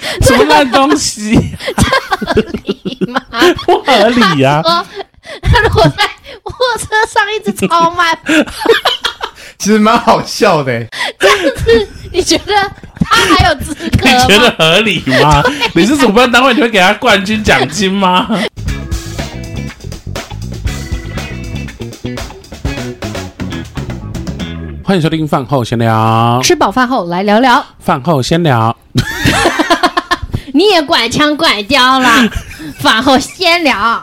什么烂东西？ 合理吗？ 不合理呀、 啊！他如果在货车上一直超慢， 其实蛮好笑的。 这样子你觉得他还有资格吗？ 你觉得合理吗？你是主办单位，你会给他冠军奖金吗？欢迎收听饭后闲聊， 吃饱饭后来聊聊。 饭后闲聊， 你也拐腔拐刁啦，饭后闲聊。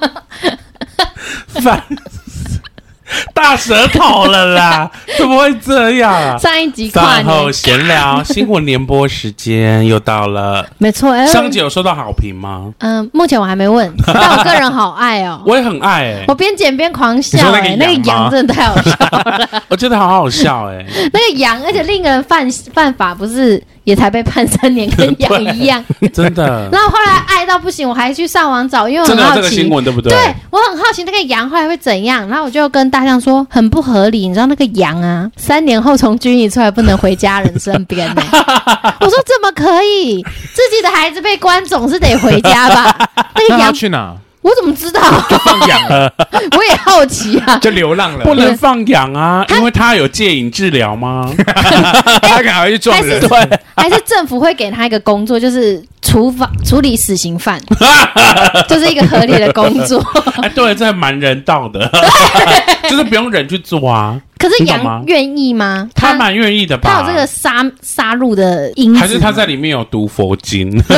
饭大舌头了啦，怎么会这样啊？ 上一集跨饭后年， 闲聊新闻联播时间又到了。 没错。 上集有收到好评吗？ 目前我还没问，但我个人好爱哦。 我也很爱欸， 我边剪边狂笑你说那个羊吗那个羊真的太好笑了。 我觉得好好笑欸。 那个羊，而且另一个人犯法不是也才被判3年，跟羊一样。 真的。 然后后来爱到不行，我还去上网找，因为我真的有很好奇。 这个新闻对不对？ 对，我很好奇那个羊后来会怎样，然后我就跟大象说很不合理，你知道那个羊啊，3年后从军营出来不能回家人身边呢、我说怎么可以？自己的孩子被关总是得回家吧？那个那他羊去哪？ 我怎么知道？ 就放养了， 我也好奇啊。 就流浪了。 不能放养啊，因为他有戒瘾治疗吗？ 他可能还会去撞人。 对， 还是政府会给他一个工作，就是处理死刑犯，就是一个合理的工作。 哎，对，这还蛮人道的，就是不用人去做啊。 可是你懂吗羊愿意吗？ 他蛮愿意的吧？ 他有这个杀戮的因子吗， 还是他在里面有读佛经？ 不是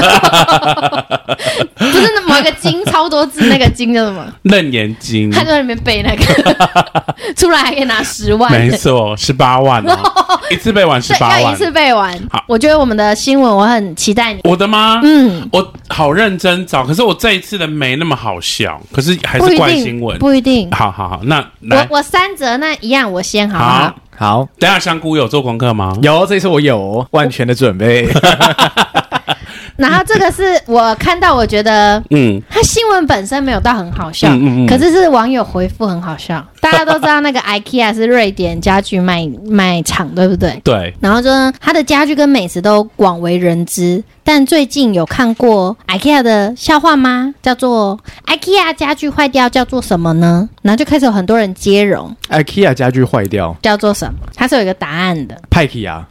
那某一个经超多字，那个经叫什么？ 楞严经， 他就在里面背那个，出来还可以拿10万。 没错，18万哦，一次背完对， 18万要一。次背完。 好我觉得我们的新闻我很期待你。 我的吗？ 嗯， 我好认真找，可是我这一次的没那么好笑，可是还是不一定怪新闻。 不一定。 好好好，那来， 我3则那一样，我先好不好？ 好， 好， 等一下香菇有做功课吗？ 有这一次我有万全的准备。 然后这个是我看到，我觉得它新闻本身没有到很好笑，可是网友回复很好笑。大家都知道那个 IKEA 是瑞典家具卖场，对不对？ 对， 然后就是它的家具跟美食都广为人知，但最近有看过 IKEA 的笑话吗？叫做 IKEA 家具坏掉叫做什么呢？然后就开始有很多人接龙， IKEA 家具坏掉， 叫做什么？它是有一个答案的。 派克啊，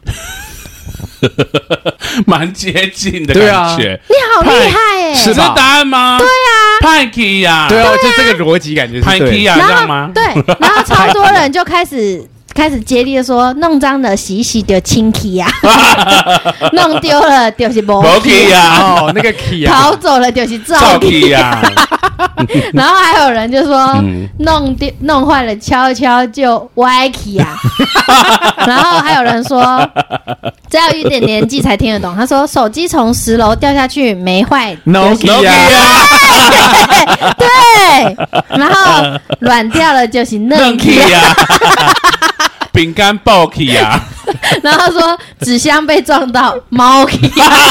蛮接近的对啊感觉。 你好厉害耶！ 是吧这是答案吗？对啊，派克呀， 对啊，就这个逻辑感觉是派克对的。 呀，这然后样吗？ 对，然后超多人就开始接力的说，弄脏了洗一洗就清气呀，弄丢了就是没可以呀， 哦，那个 key 啊， 逃走了就是照照可以呀， 然后还有人就说，弄坏了敲敲就歪起啊。然后还有人说，这要一点年纪才听得懂。他说手机从10楼掉下去没坏 Nokia 呀， 对，然后软掉了就是嫩嫩气气呀，饼干爆气呀， 然后说纸箱被撞到猫气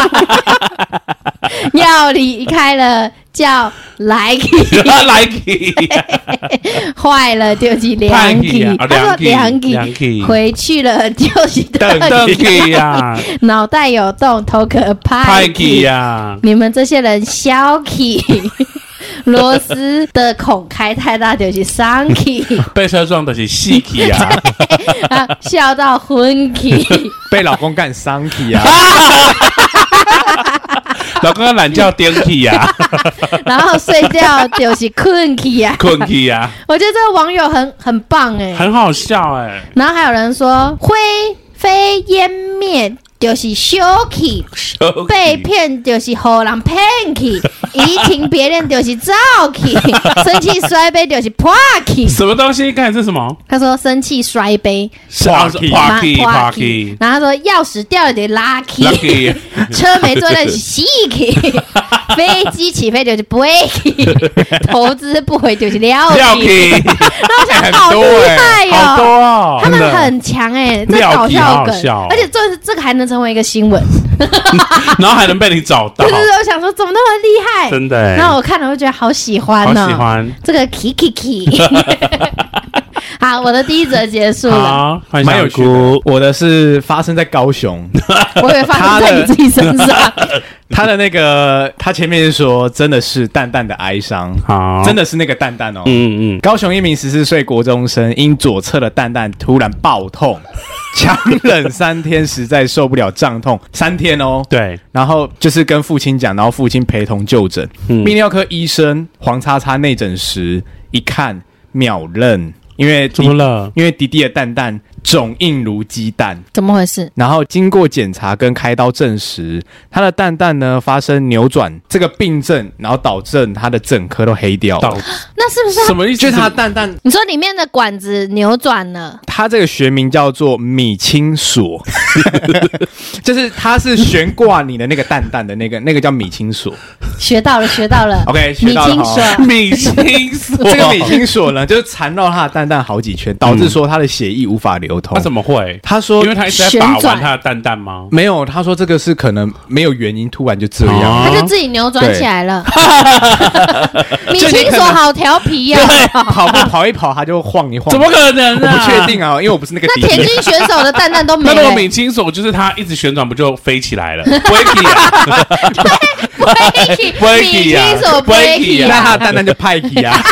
要离开了叫来气来气， 坏了就是凉气坏去啊他说凉凉气气回去了就是邓邓气呀， 脑袋有洞头壳派派气呀， 你们这些人消气螺丝的孔开太大就是伤气被车撞的是细气呀， 啊笑到昏气被老公干伤 key 啊， 老公懒觉颠气呀， 然后睡觉就是困气啊困气呀， 我觉得这个网友很棒哎， 很好笑哎， 然后还有人说灰飞烟灭就是休气，被骗就是互人骗去，移情别恋就是造气，生气摔杯就是破气。 什么东西？刚才是什么？ 他说生气摔杯， 破气，破气， 然后他说钥匙掉了就拉气， lucky， 车没坐就是洗气，飞机起飞就是不会气，投资不回就是撩气。然后我想好厉害哦， 好多哦， 他们很强哎，这搞笑梗，而且这个还能成为一个新闻， 然后还能被你找到。 对对对，我想说怎么那么厉害， 真的耶。 然后我看了会觉得好喜欢哦， 好喜欢这个 kiki。好，我的第一则结束了， 好， 蛮有趣的。我的是发生在高雄， 我以为发生在你自己身上。 他的那个，他前面是说，真的是淡淡的哀伤， 好， 真的是那个蛋蛋哦。 嗯， 高雄一名14岁国中生因左侧的蛋蛋突然爆痛，强忍3天，实在受不了胀痛，3天哦。 对， 然后就是跟父亲讲，然后父亲陪同就诊。泌尿科医生黄叉叉内诊时一看秒认，因为怎么了？ 因为迪迪的蛋蛋肿硬如鸡蛋， 怎么回事？ 然后经过检查跟开刀证实，他的蛋蛋呢发生扭转这个病症，然后导致他的整颗都黑掉了。 那是不是什么意思？ 就是他的蛋蛋， 你说里面的管子扭转了？ 它这个学名叫做米青锁，就是它是悬挂你的那个蛋蛋的那个叫米青锁。 学到了，学到了。 OK， 学到了。 米青锁， 米青锁， 这个米青锁呢，就是缠绕他的蛋蛋好几圈，导致说他的血液无法流通。 他怎么会？ 他说， 因为他一直在把玩他的蛋蛋吗？ 没有，他说这个是可能没有原因，突然就这样， 他就自己扭转起来了。米青锁好调皮呀！ 跑步跑一跑，他就晃一晃。 怎么可能呢？ 我不确定啊，因为我不是那个。 那田径选手的蛋蛋都没了。 那如果米青锁就是他一直旋转，不就飞起来了？不会起啊， 不会起啊，米青锁不会起啊， 那他的蛋蛋就派起啊。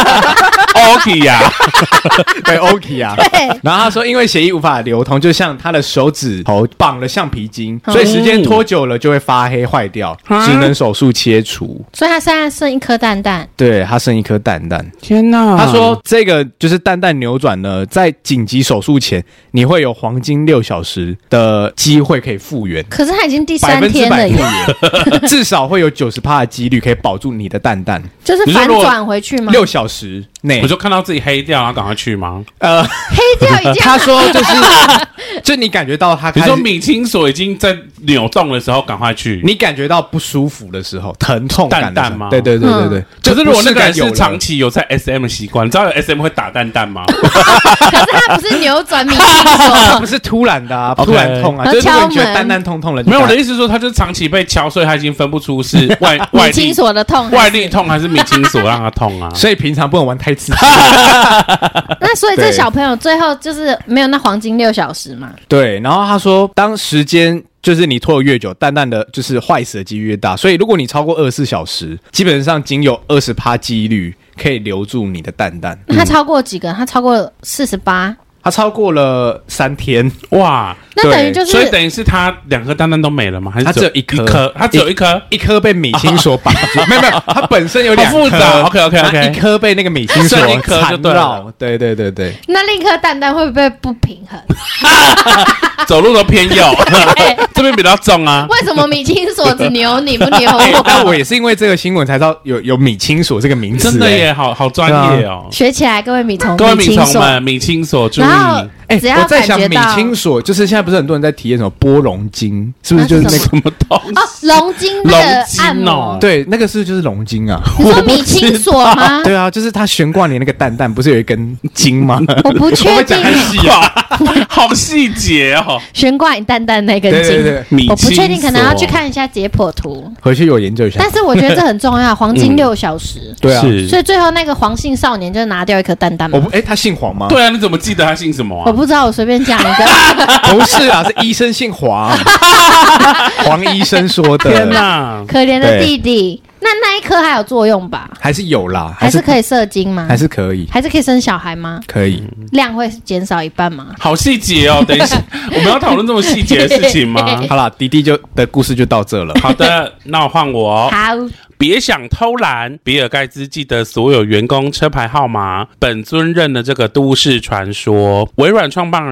OK 呀， 对 OK 啊。 对。 然后他说，因为血液无法流通，就像他的手指头绑了橡皮筋，所以时间拖久了就会发黑坏掉，只能手术切除。 所以他现在剩一颗蛋蛋。 对，他剩一颗蛋蛋。 天哪！ 他说这个就是蛋蛋扭转呢，在紧急手术前，你会有黄金6小时的机会可以复原。 可是他已经第3天了耶， 至少会有90%的几率可以保住你的蛋蛋。 就是反转回去吗？ 6小时内， 我就看到自己黑掉，然后赶快去吗？ 黑掉已经。 他说就你感觉到他， 你说米青锁已经在扭动的时候，赶快去。 你感觉到不舒服的时候，疼痛感的时候蛋蛋吗？ 对对对对对。 可是如果那个人是长期有在 SM 的习惯，你知道有 SM 会打蛋蛋吗？ 可是他不是扭转米青锁， 不是突然的啊，突然痛啊，就是如果你觉得蛋蛋痛痛了， 没有，我的意思是说，他就是长期被敲，所以他已经分不出是米青锁的痛， 外力痛还是米青锁让他痛啊。 所以平常不能玩太刺激。 那所以这小朋友最后就是没有那黄金6小时嘛？ 对，然后他说，当时间就是你拖得越久，蛋蛋的就是坏死的几率越大，所以如果你超过24小时，基本上仅有20%几率可以留住你的蛋蛋。 他超过几个？他超过48。 他超过了3天， 哇！ 那等于就是， 所以等于是他2颗蛋蛋都没了吗？还是他只有一颗？ 他只有一颗被米青锁绑住，没有，他本身有2颗， 好复杂。OK， 一颗被那个米青锁缠绕，对。 那另一颗蛋蛋会不会不平衡？ 走路都偏右，这边比较重啊。 为什么米青锁只扭你不扭我？ 但我也是因为这个新闻才知道有米青锁这个名词， 真的耶，好专业哦。 学起来，各位米虫们，米青锁注意。 我在想米青锁，就是现在不是很多人在体验什么拨龙筋，是不是就是那个什么东西？ 龙筋那个按摩， 对，那个是就是龙筋啊。 你说米青锁吗？ 对啊，就是它悬挂你那个蛋蛋，不是有一根筋吗？ 我不确定， 好细节哦。 悬挂你蛋蛋那根筋，我不确定，可能要去看一下解剖图， 回去有研究一下。 但是我觉得这很重要，黄金6小时。 对啊， 所以最后那个黄姓少年就拿掉一颗蛋蛋嘛。 他姓黄吗？ 对啊，你怎么记得他姓什么啊？ 我不知道，我随便讲一个。 不是啊，是医生姓黄，黄医生说的。 天哪， 可怜的弟弟。那一颗还有作用吧？ 还是有啦， 还是可以射精吗？ 还是可以， 还是可以生小孩吗？ 可以， 量会减少一半吗？ 好细节哦！等一下，我们要讨论这么细节的事情吗？ 好啦，弟弟的故事就到这了。 好的，那我换我哦。 好。 别想偷懒，比尔盖茨记得所有员工车牌号码。本尊认了这个都市传说。微软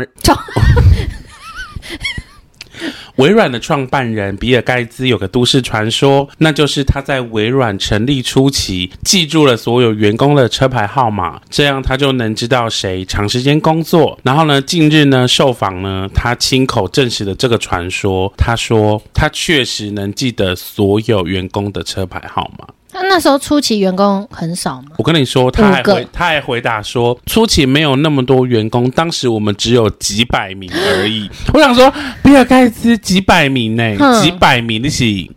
的创办人比尔盖茨有个都市传说，那就是他在微软成立初期记住了所有员工的车牌号码，这样他就能知道谁长时间工作。然后呢，近日呢受访呢，他亲口证实了这个传说。他说他确实能记得所有员工的车牌号码。 那时候初期员工很少吗？ 我跟你说，他还回答说，初期没有那么多员工，当时我们只有几百名而已。我想说，比尔盖茨几百名呢？几百名的是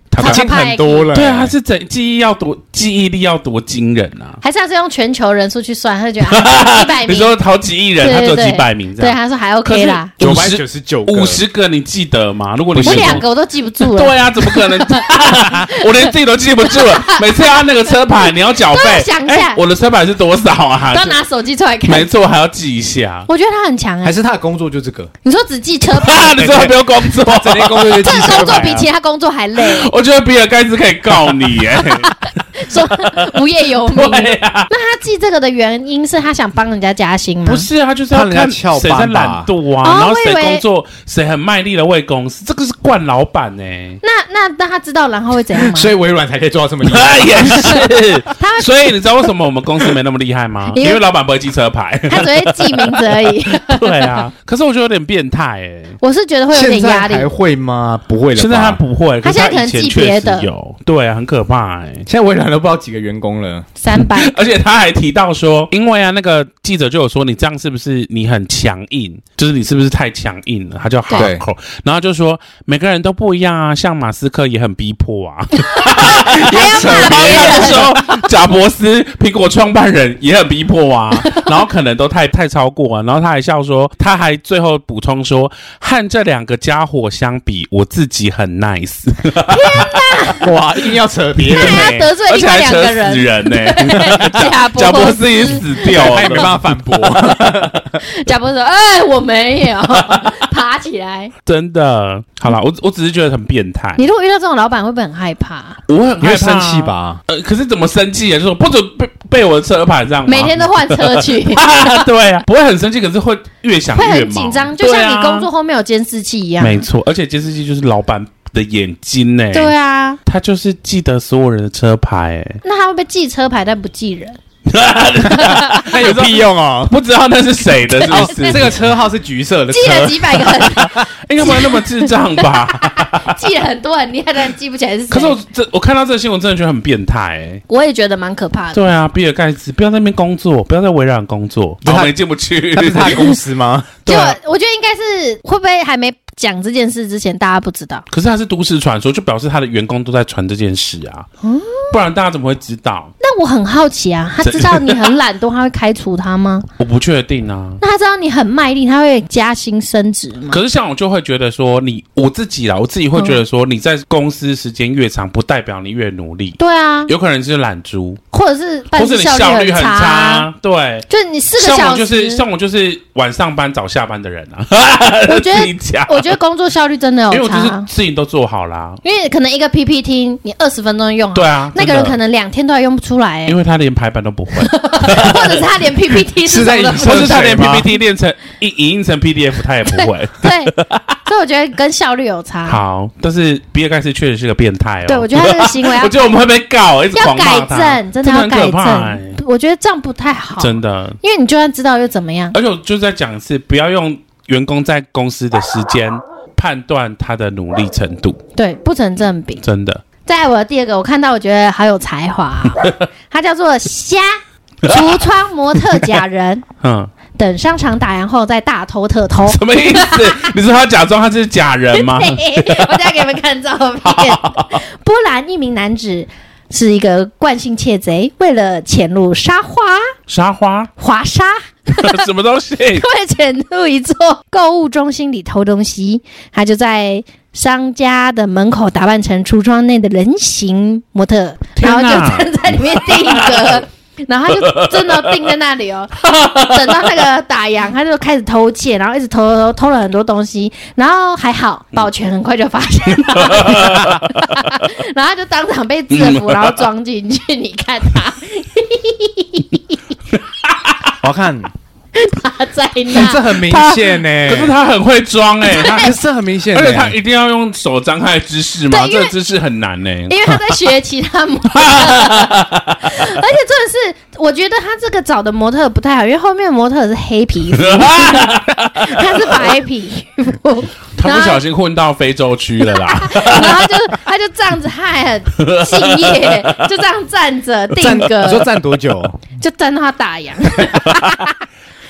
已经很多了。 对啊，他是记忆力要多惊人啊！ 还是他是用全球人数去算，他就觉得几百名。 你说好几亿人，他只有几百名这样。 对，他说还 OK 啦。 999个 50个你记得吗？如果你我2个我都记不住了。 对啊，怎么可能？我连自己都记不住了。每次要按那个车牌，你要缴费， 想一下， 我的车牌是多少啊？ 都要拿手机出来看。 没错，还要记一下。 我觉得他很强还是他的工作就这个？ 你说只记车牌， 你说他不用工作， 整天工作就记车牌。 这工作比其他工作还累。 我觉得比尔盖茨可以告你耶。 说无业游民。那他记这个的原因是他想帮人家加薪吗？ 不是啊，他就是要看谁在懒惰啊，然后谁工作谁很卖力的为公司，这个是惯老板哎。 那他知道然后会怎样吗？ 所以微软才可以做到这么厉害。 也是。所以你知道为什么我们公司没那么厉害吗？因为老板不会记车牌， 他只会记名字而已。 对啊，可是我觉得有点变态哎。 我是觉得会有点压力。 现在还会吗？不会了吧。 现在他不会， 他现在可能记别的。 有，对啊，很可怕哎。 现在微软都不知道几个员工了 ，300。 而且他还提到说，因为啊，那个记者就有说，你这样是不是你很强硬？就是你是不是太强硬了？他就 hardcore， 然后就说每个人都不一样啊，像马斯克也很逼迫啊。 还要骂别人。 他就说贾伯斯苹果创办人也很逼迫啊，然后可能都太超过啊，然后他还笑说，他还最后补充说，和这2个家伙相比，我自己很 nice。 天哪！ 哇，硬要扯别人， 他得罪另外2个人， 而且还扯死人呢。 贾伯斯已经死掉了， 他也没办法反驳。 贾伯斯说：“我没有。”爬起来， 真的。好啦，我只是觉得很变态。 你如果遇到这种老板，会不会很害怕？ 我会很害怕， 你会生气吧？ 可是怎么生气啊？就说不准背我的车牌这样吗？ 每天都换车去。 对啊，不会很生气，可是会越想越毛， 会很紧张，就像你工作后面有监视器一样。 没错，而且监视器就是老板的眼睛呢。 对啊， 他就是记得所有人的车牌。 那他会不会记车牌但不记人？ 那有屁用哦！ 不知道那是谁的，是不是？ 这个车号是橘色的车， 记了几百个人， 应该不会那么智障吧？ 记了很多很厉害，但记不起来是谁。 可是我看到这个新闻，真的觉得很变态。 我也觉得蛮可怕的。 对啊，比尔盖茨不要在那边工作，不要在微软工作，我们进不去。 那不是他的公司吗？ 对，我觉得应该是会不会还没讲这件事之前，大家不知道。 可是他是都市传说，就表示他的员工都在传这件事啊。不然大家怎么会知道？ 那我很好奇啊，他知道你很懒惰，他会开除他吗？ 我不确定啊。 那他知道你很卖力，他会加薪升职吗？ 可是像我就会觉得说，我自己会觉得说，你在公司时间越长，不代表你越努力。 对啊， 有可能是懒猪， 或者是办事效率很差。 对， 就你4个小时， 像我就是晚上班早下班的人啊。 我觉得工作效率真的有差， 因为我就是事情都做好啦。 因为可能一个 PPT 你20分钟用好， 对啊， 那个人可能2天都还用不出来， 因为他连排版都不会， 或者是他连 PPT 是在或是他连 PPT 影印成 PDF 他也不会。 对，所以我觉得跟效率有差。 好，但是比尔盖茨确实是个变态哦。 对，我觉得他这个行为我觉得我们会被告，一直狂骂他。 要改正，真的要改正。我觉得这样不太好， 真的。 因为你就算知道又怎么样？ 而且我就是在讲的是，不要用员工在公司的时间判断他的努力程度， 对，不成正比， 真的。 再来我的第2个，我看到我觉得好有才华，他叫做虾橱窗模特假人，等商场打烊后再大偷特偷， 什么意思？你说他假装他是假人吗？ 我再给你们看照片。波兰一名男子是一个惯性窃贼，为了潜入华沙什么东西？ 为了潜入一座购物中心里偷东西，他就在商家的门口打扮成橱窗内的人形模特，然后就站在里面定格。然后他就真的定在那里哦，等到那个打烊，他就开始偷窃，然后一直偷了很多东西，然后还好保全很快就发现了，然后他就当场被制服，然后装进去。你看他， 我看他在那， 这很明显呢。 可是他很会装哎， 他是很明显， 而且他一定要用手张开的姿势吗？这个姿势很难呢， 因为他在学其他模特，而且真的是，我觉得他这个找的模特不太好，因为后面的模特是黑皮肤，他是白皮肤。 他不小心混到非洲区了啦， 然后他就这样子，还很敬业，就这样站着定格。 你说站多久？ 就站到他打烊。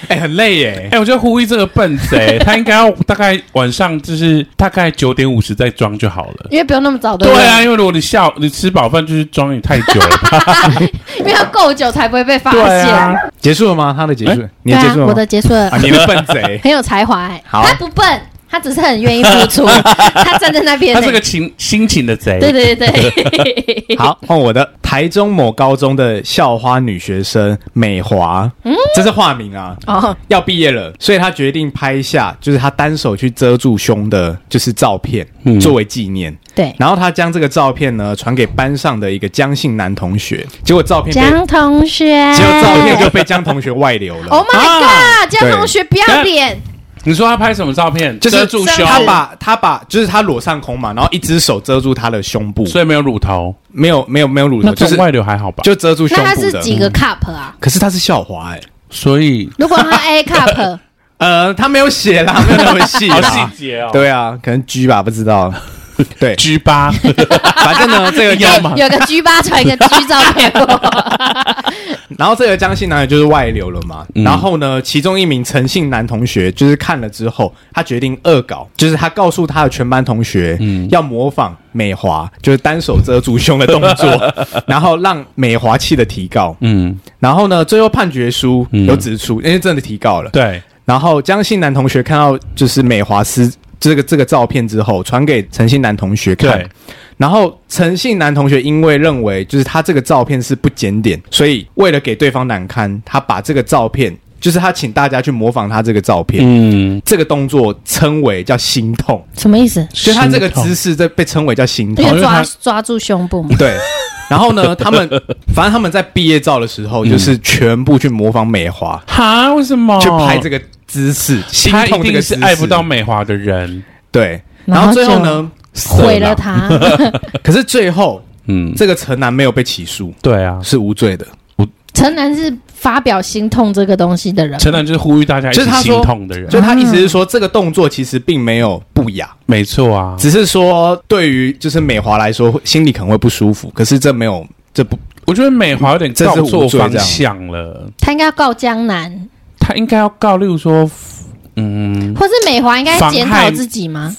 很累耶。 我觉得呼吁这个笨贼，他应该要大概晚上就是大概9:50再装就好了。 因为不用那么早的。 对啊，因为如果你吃饱饭就是装也太久了吧。 因为要够久才不会被发现。 对啊， 结束了吗？他的结束，你的结束了吗？ 我的结束了。 你的笨贼很有才华好， 他不笨。他只是很愿意付出，他站在那边。 他是个辛勤的贼。 对。 好，换我的。台中某高中的校花女学生美华，这是化名啊。要毕业了，所以她决定拍下就是她单手去遮住胸的，就是照片，作为纪念。 对。 然后她将这个照片呢传给班上的一个江姓男同学，结果照片江同学， 结果照片就被江同学外流了。 Oh my god！江同学不要脸。 你说他拍什么照片？ 就是遮住胸， 他把就是他裸上空嘛，然后一只手遮住他的胸部， 所以没有乳头， 没有乳头，就是外流还好吧？ 就遮住胸部的。 那他是几个 cup 啊？ 可是他是校花所以如果他 A cup， 他没有写啦，没有那么细， 好细节哦。 对啊，可能 G 吧，不知道。对 G8， 反正呢，这个有个 G8 传一个 G 照片然后这个江姓男友就是外流了嘛，然后呢，其中一名陈姓男同学就是看了之后，他决定恶搞，就是他告诉他的全班同学，要模仿美华，就是单手遮住胸的动作，然后让美华气得提告。然后呢，最后判决书有指出，因为真的提告了， 对。 然后江姓男同学看到就是美华这个照片之后，传给陈姓男同学看。然后陈姓男同学因为认为就是他这个照片是不检点，所以为了给对方难堪，他把这个照片，就是他请大家去模仿他这个照片。这个动作称为叫心痛。 什么意思？ 所以他这个姿势被称为叫心痛， 因为抓住胸部嘛。 对。然后呢，反正他们在毕业照的时候，就是全部去模仿美华。 哈？为什么？ 去拍这个姿势，心痛这个姿势。 他一定是爱不到美华的人。 对。然后最后呢， 毁了他。 可是最后，这个陈男没有被起诉。 对啊， 是无罪的。 陈男是发表心痛这个东西的人。 陈男就是呼吁大家一起心痛的人。 就他意思是说，这个动作其实并没有不雅。 没错啊， 只是说对于就是美华来说，心里可能会不舒服。可是这不， 我觉得美华有点告错方向了。 他应该要告江南。 他应该要告，例如说， 或是美华应该检讨自己吗？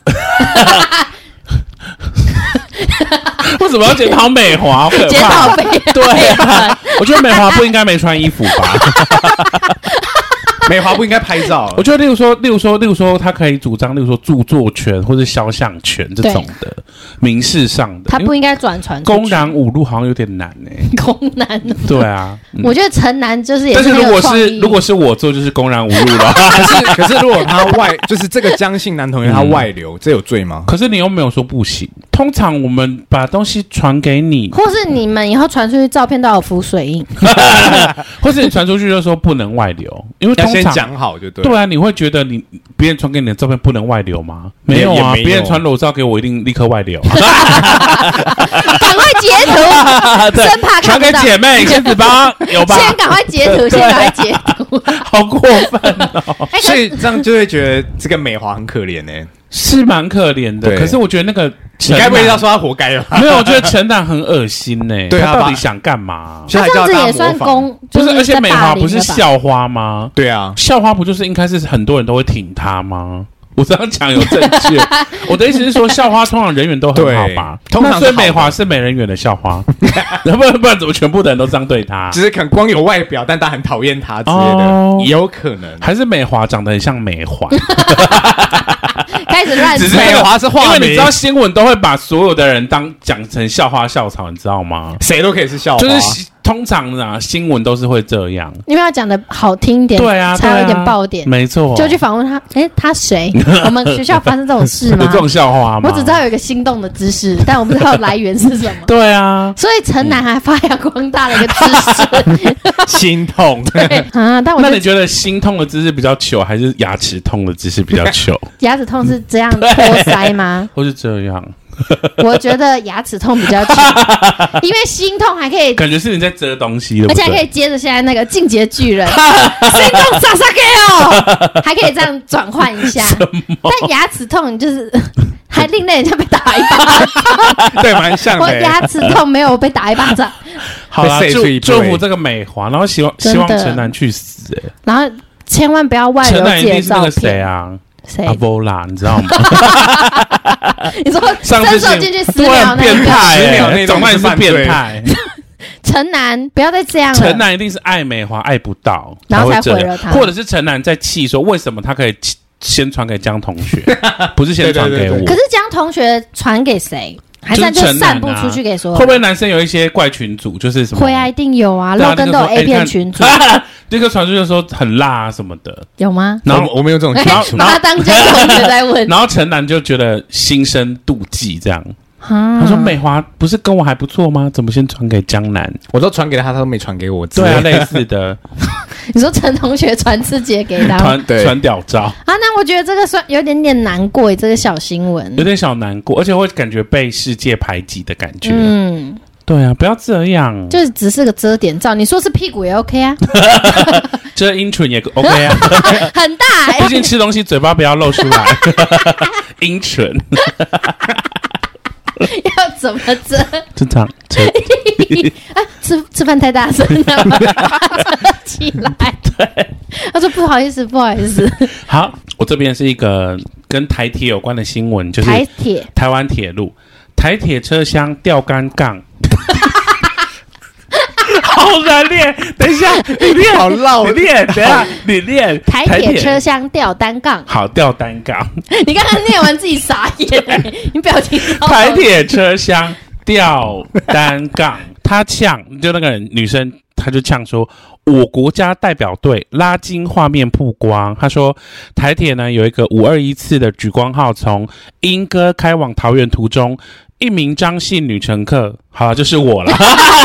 为什么要检讨美华？ 检讨对啊，我觉得美华不应该没穿衣服吧。 美华不应该拍照。 我觉得，例如说，他可以主张，例如说著作权或者肖像权这种的民事上的， 他不应该转传。 公然侮辱好像有点难公然。 对啊， 我觉得陈南就是也是但是很有创意。 如果是我做，就是公然侮辱了。 可是如果他就是这个江姓男同学他外流，这有罪吗？ 可是你又没有说不行。通常我们把东西传给你， 或是你们以后传出去照片都有浮水印， 或是你传出去就说不能外流，因为通常先讲好就对。 对啊，你会觉得别人传给你的照片不能外流吗？没有啊，别人传裸照给我，一定立刻外流。 赶快截图，生怕传给姐妹先子帮有吧？ 先赶快截图， 好过分哦！ 所以这样就会觉得这个美华很可怜是蛮可怜的。可是我觉得那个你该不会要说他活该了？ 没有，我觉得陈楠很恶心对他到底想干嘛？ 他这样子也算不是？而且美华不是校花吗？ 对啊， 校花不就是应该是很多人都会挺她吗？我这样讲有正确。我的意思是说，校花通常人缘都很好吧？通常所以美华是没人缘的校花，不然怎么全部的人都这样对她？ 只是可能光有外表，但大家很讨厌她之类的，也有可能。 还是美华长得很像美华。 开始乱只是美华是化名， 因为你知道新闻都会把所有的人讲成校花校草，你知道吗？ 谁都可以是校花， 就是通常新闻都是会这样， 因为要讲的好听一点， 对啊， 才有一点爆点， 没错。 就去访问他，他谁？我们学校发生这种事吗？ 有这种校花吗？ 我只知道有一个心动的知识，但我不知道来源是什么。 对啊， 所以陈南还发扬光大了一个知识， 心痛。 对啊，但那你觉得心痛的姿势比较糗，还是牙齿痛的姿势比较糗？ 牙齿痛是这样托腮吗？ 或是这样？ 我觉得牙齿痛比较糗，因为心痛还可以， 感觉是你在折东西， 而且还可以接着现在那个进阶巨人，心痛撒撒给哦，还可以这样转换一下。但牙齿痛，你就是还另类，人家被打一巴掌， 对，蛮像的。 我牙齿痛没有被打一巴掌。 好啦，祝福这个美华，然后希望陈南去死。 然后千万不要外流陈南一自己的照定是那个谁片。 啊？ 谁阿？波拉，你知道吗？ 你说上次伸手进去10 对秒那个变态 10秒欸， 内长得也是变态。 陈南，不要再这样了。 陈南一定是爱美华爱不到， 然后才会这样毁了他或者是陈南在气说为什么他可以先传给江同学，不是先传给我？ 对对对可是江同学传给谁？还是就散布出去给所有人？ 会不会男生有一些怪群组，就是什么？ 会啊，一定有啊， 对啊肉跟都有 A 片群组， 这个传出去说很辣啊什么的， 有吗？ 然后我没有这种群组， 把他当江同学在问。 然后陈南就觉得心生妒忌，这样他他说美华不是跟我还不错吗？怎么先传给江南？ 我都传给他，他都没传给我。 对啊，类似的你说陈同学传字节给他吗对传屌照， 啊？那我觉得这个算有点难过，这个小新闻有点小难过，而且会感觉被世界排挤的感觉。 嗯， 对啊，不要这样， 就是只是个遮点照。你说是屁股也 OK 啊， 遮阴唇也 OK 啊， 很大毕竟吃东西嘴巴不要露出来，阴唇要怎么遮？ 就这样遮。 啊，吃饭太大声了，把它遮起来。 对， 他说不好意思，不好意思。 好，我这边是一个跟台铁有关的新闻，就是台铁台湾铁路台铁车厢吊杆杠。好难练，等一下，你练， 好绕你练，等一下，你练。 台铁车厢吊单杠， 好，吊单杠。 你刚刚念完自己傻眼欸，你表情超好台铁车厢吊单杠，他呛，就那个女生，她就呛说，我国家代表队拉筋画面曝光。他说，台铁呢有一个521次的莒光号从莺歌开往桃园途中，一名张姓女乘客，好了，就是我了。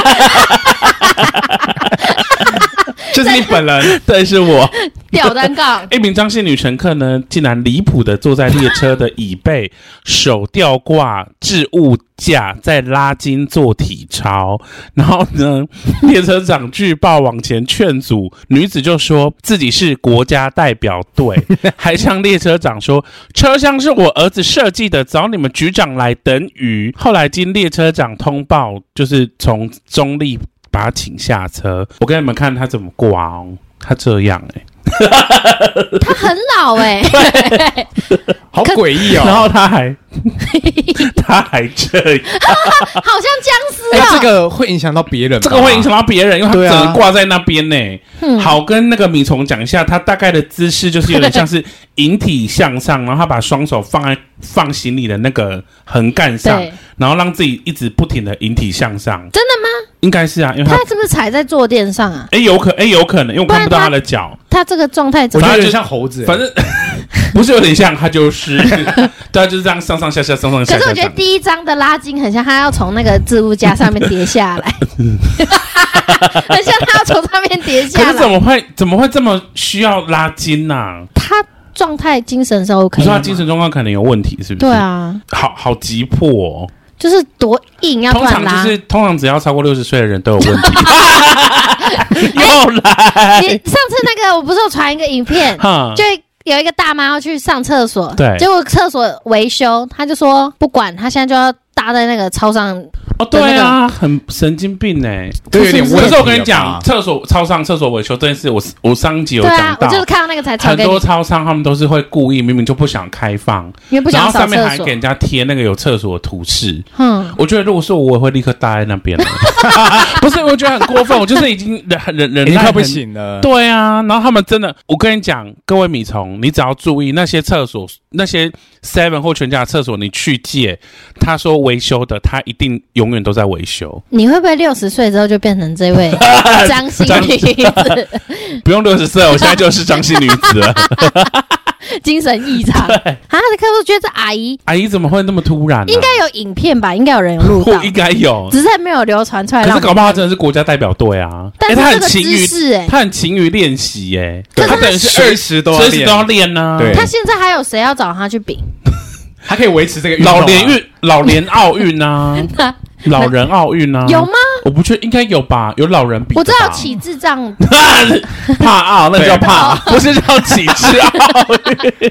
就是你本人， 对，是我。 吊单杠。 一名张姓女乘客呢，竟然离谱的坐在列车的椅背，手吊挂置物架，在拉筋做体操。然后呢，列车长据报往前劝阻，女子就说自己是国家代表队，还向列车长说车厢是我儿子设计的，找你们局长来等雨。后来经列车长通报，就是从中立把他请下车。我给你们看他怎么挂哦，他这样他很老哎、 好诡异哦。 然后他还这样， 好像僵尸哎， 哦。 这个会影响到别人吧， 这个会影响到别人，因为他对啊整个挂在那边呢。好，跟那个米虫讲一下，他大概的姿势就是有点像是引体向上，然后他把双手放行李的那个横杆上对， 然后让自己一直不停的引体向上。 真的吗？ 应该是啊，因为他是不是踩在坐垫上啊？ 有可能，因为我看不到他的脚。 他这个状态怎么我觉得有点像猴子， 反正不是有点像，他就是对啊，就是这样上上下下，上上下下。 可是我觉得第一张的拉筋很像他要从那个置物架上面跌下来，很像他要从上面跌下来。 可是怎么会这么需要拉筋啊？ 他状态精神是 OK 的吗？ 你说他精神状况可能有问题，是不是？ 对，啊， 好急迫哦。 就是多硬要突通然拉。 常只要超过60岁的人都有问题。又来， 你上次那个我不是有传一个影片，就有一个大妈要去上厕所， 对结果厕所维修，他就说不管，他现在就要搭在那个超商。 哦，对啊，很神经病哎， 对，有点问题了吧。 可是我跟你讲，超商厕所维修这件事，我上一集有对啊， 讲到， 我就是看到那个才传很给你， 多超商他们都是会故意明明就不想开放， 因为不然后想扫厕所上面还给。人家贴那个有厕所的图示。 我觉得如果是我也会立刻搭在那边了。不是，我觉得很过分，我就是已经忍耐已经快不行了。 对啊，然后他们真的，我跟你讲，各位米虫，你只要注意那些厕所，那些 Seven 或全家的厕所，你去借，他说维修的，他一定永远都在维修。 你会不会60岁之后就变成这位张姓女子？ 不用60岁，我现在就是张姓女子了。 精神异常。啊，他的客户觉得这阿姨怎么会那么突然、啊？ 应该有影片吧？应该有人有录到， 应该有， 只是没有流传出来。 可是搞不好他真的是国家代表队啊！ 但是他这个姿很勤于， 势他很勤于练习耶。 可是他等于是随时都要练呢。 对他现在还有谁要找他去比？ 他可以维持这个运动啊老年奥运啊，老人奥运啊， 有吗？ 我不确定，应该有吧？有老人比的吧， 我知道起智障帕奥，那叫帕，不是叫起智奥运。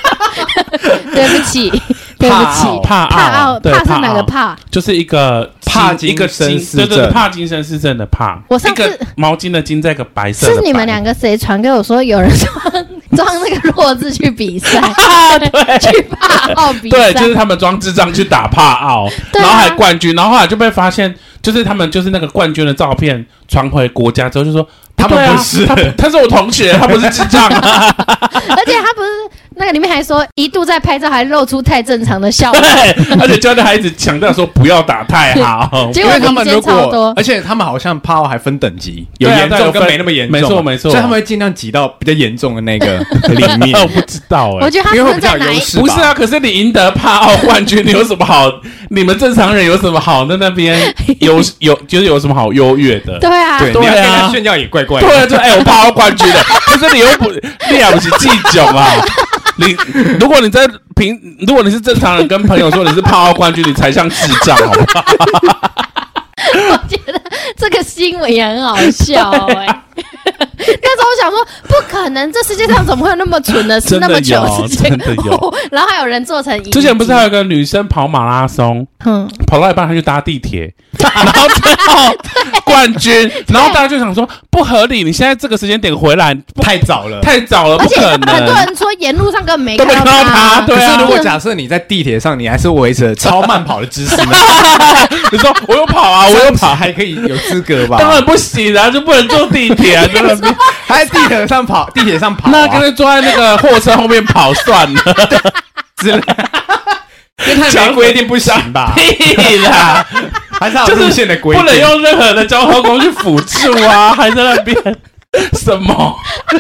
对不起，对不起， 帕奥帕是哪个帕？ 就是一个帕金一个森氏症，对，帕金森氏症的帕。 我上次一个毛巾的巾，在一个白色的白。 是你们两个谁传给我说有人装那个弱智去比赛， 对， 去帕奥比赛， 对，就是他们装智障去打帕奥，然后还冠军，然后后来就被发现，就是他们就是那个冠军的照片传回国家之后，就说他们不是， 他是我同学，他不是智障啊， 而且他不是那个里面还说一度在拍照还露出太正常的笑容， 对，而且教练还一直强调说不要打太好， 结果他们如超多果，而且他们好像帕奥还分等级，有严重跟没那么严重， 没错， 所以他们会尽量挤到比较严重的那个里面。 我不知道我觉得他们在哪一势， 不是啊？可是你赢得帕奥冠军，你有什么好？你们正常人有什么好在那边就是有什么好优越的？ 对啊， 对，你要跟他炫耀也怪怪的。 对啊，就我帕奥冠军的，可是你又不，你也不是记囧啊。如果你是正常人，跟朋友说你是帕奥冠军，你才像智障，好不好？ 我觉得这个新闻也很好笑那时候我想说，不可能，这世界上怎么会有那么蠢的事？那么久的时间， 真的有。 然后还有人做成影集。 之前不是还有个女生跑马拉松，跑到一半她去搭地铁，然后最后冠军，然后大家就想说不合理，你现在这个时间点回来太早了， 而且不可能。 很多人说沿路上根本没看到他，对啊。 可是如果假设你在地铁上，你还是维持超慢跑的姿势呢？ 你说我有跑啊，我有跑， 还可以有资格吧？ 当然不行啊，就不能坐地铁啊，真的。 还在地铁上跑， 那干脆坐在那个货车后面跑算了， 之类。因为他没规定不行吧？ 屁啦， 还是有路线的规定， 不能用任何的交通工具辅助啊，还在那边什么？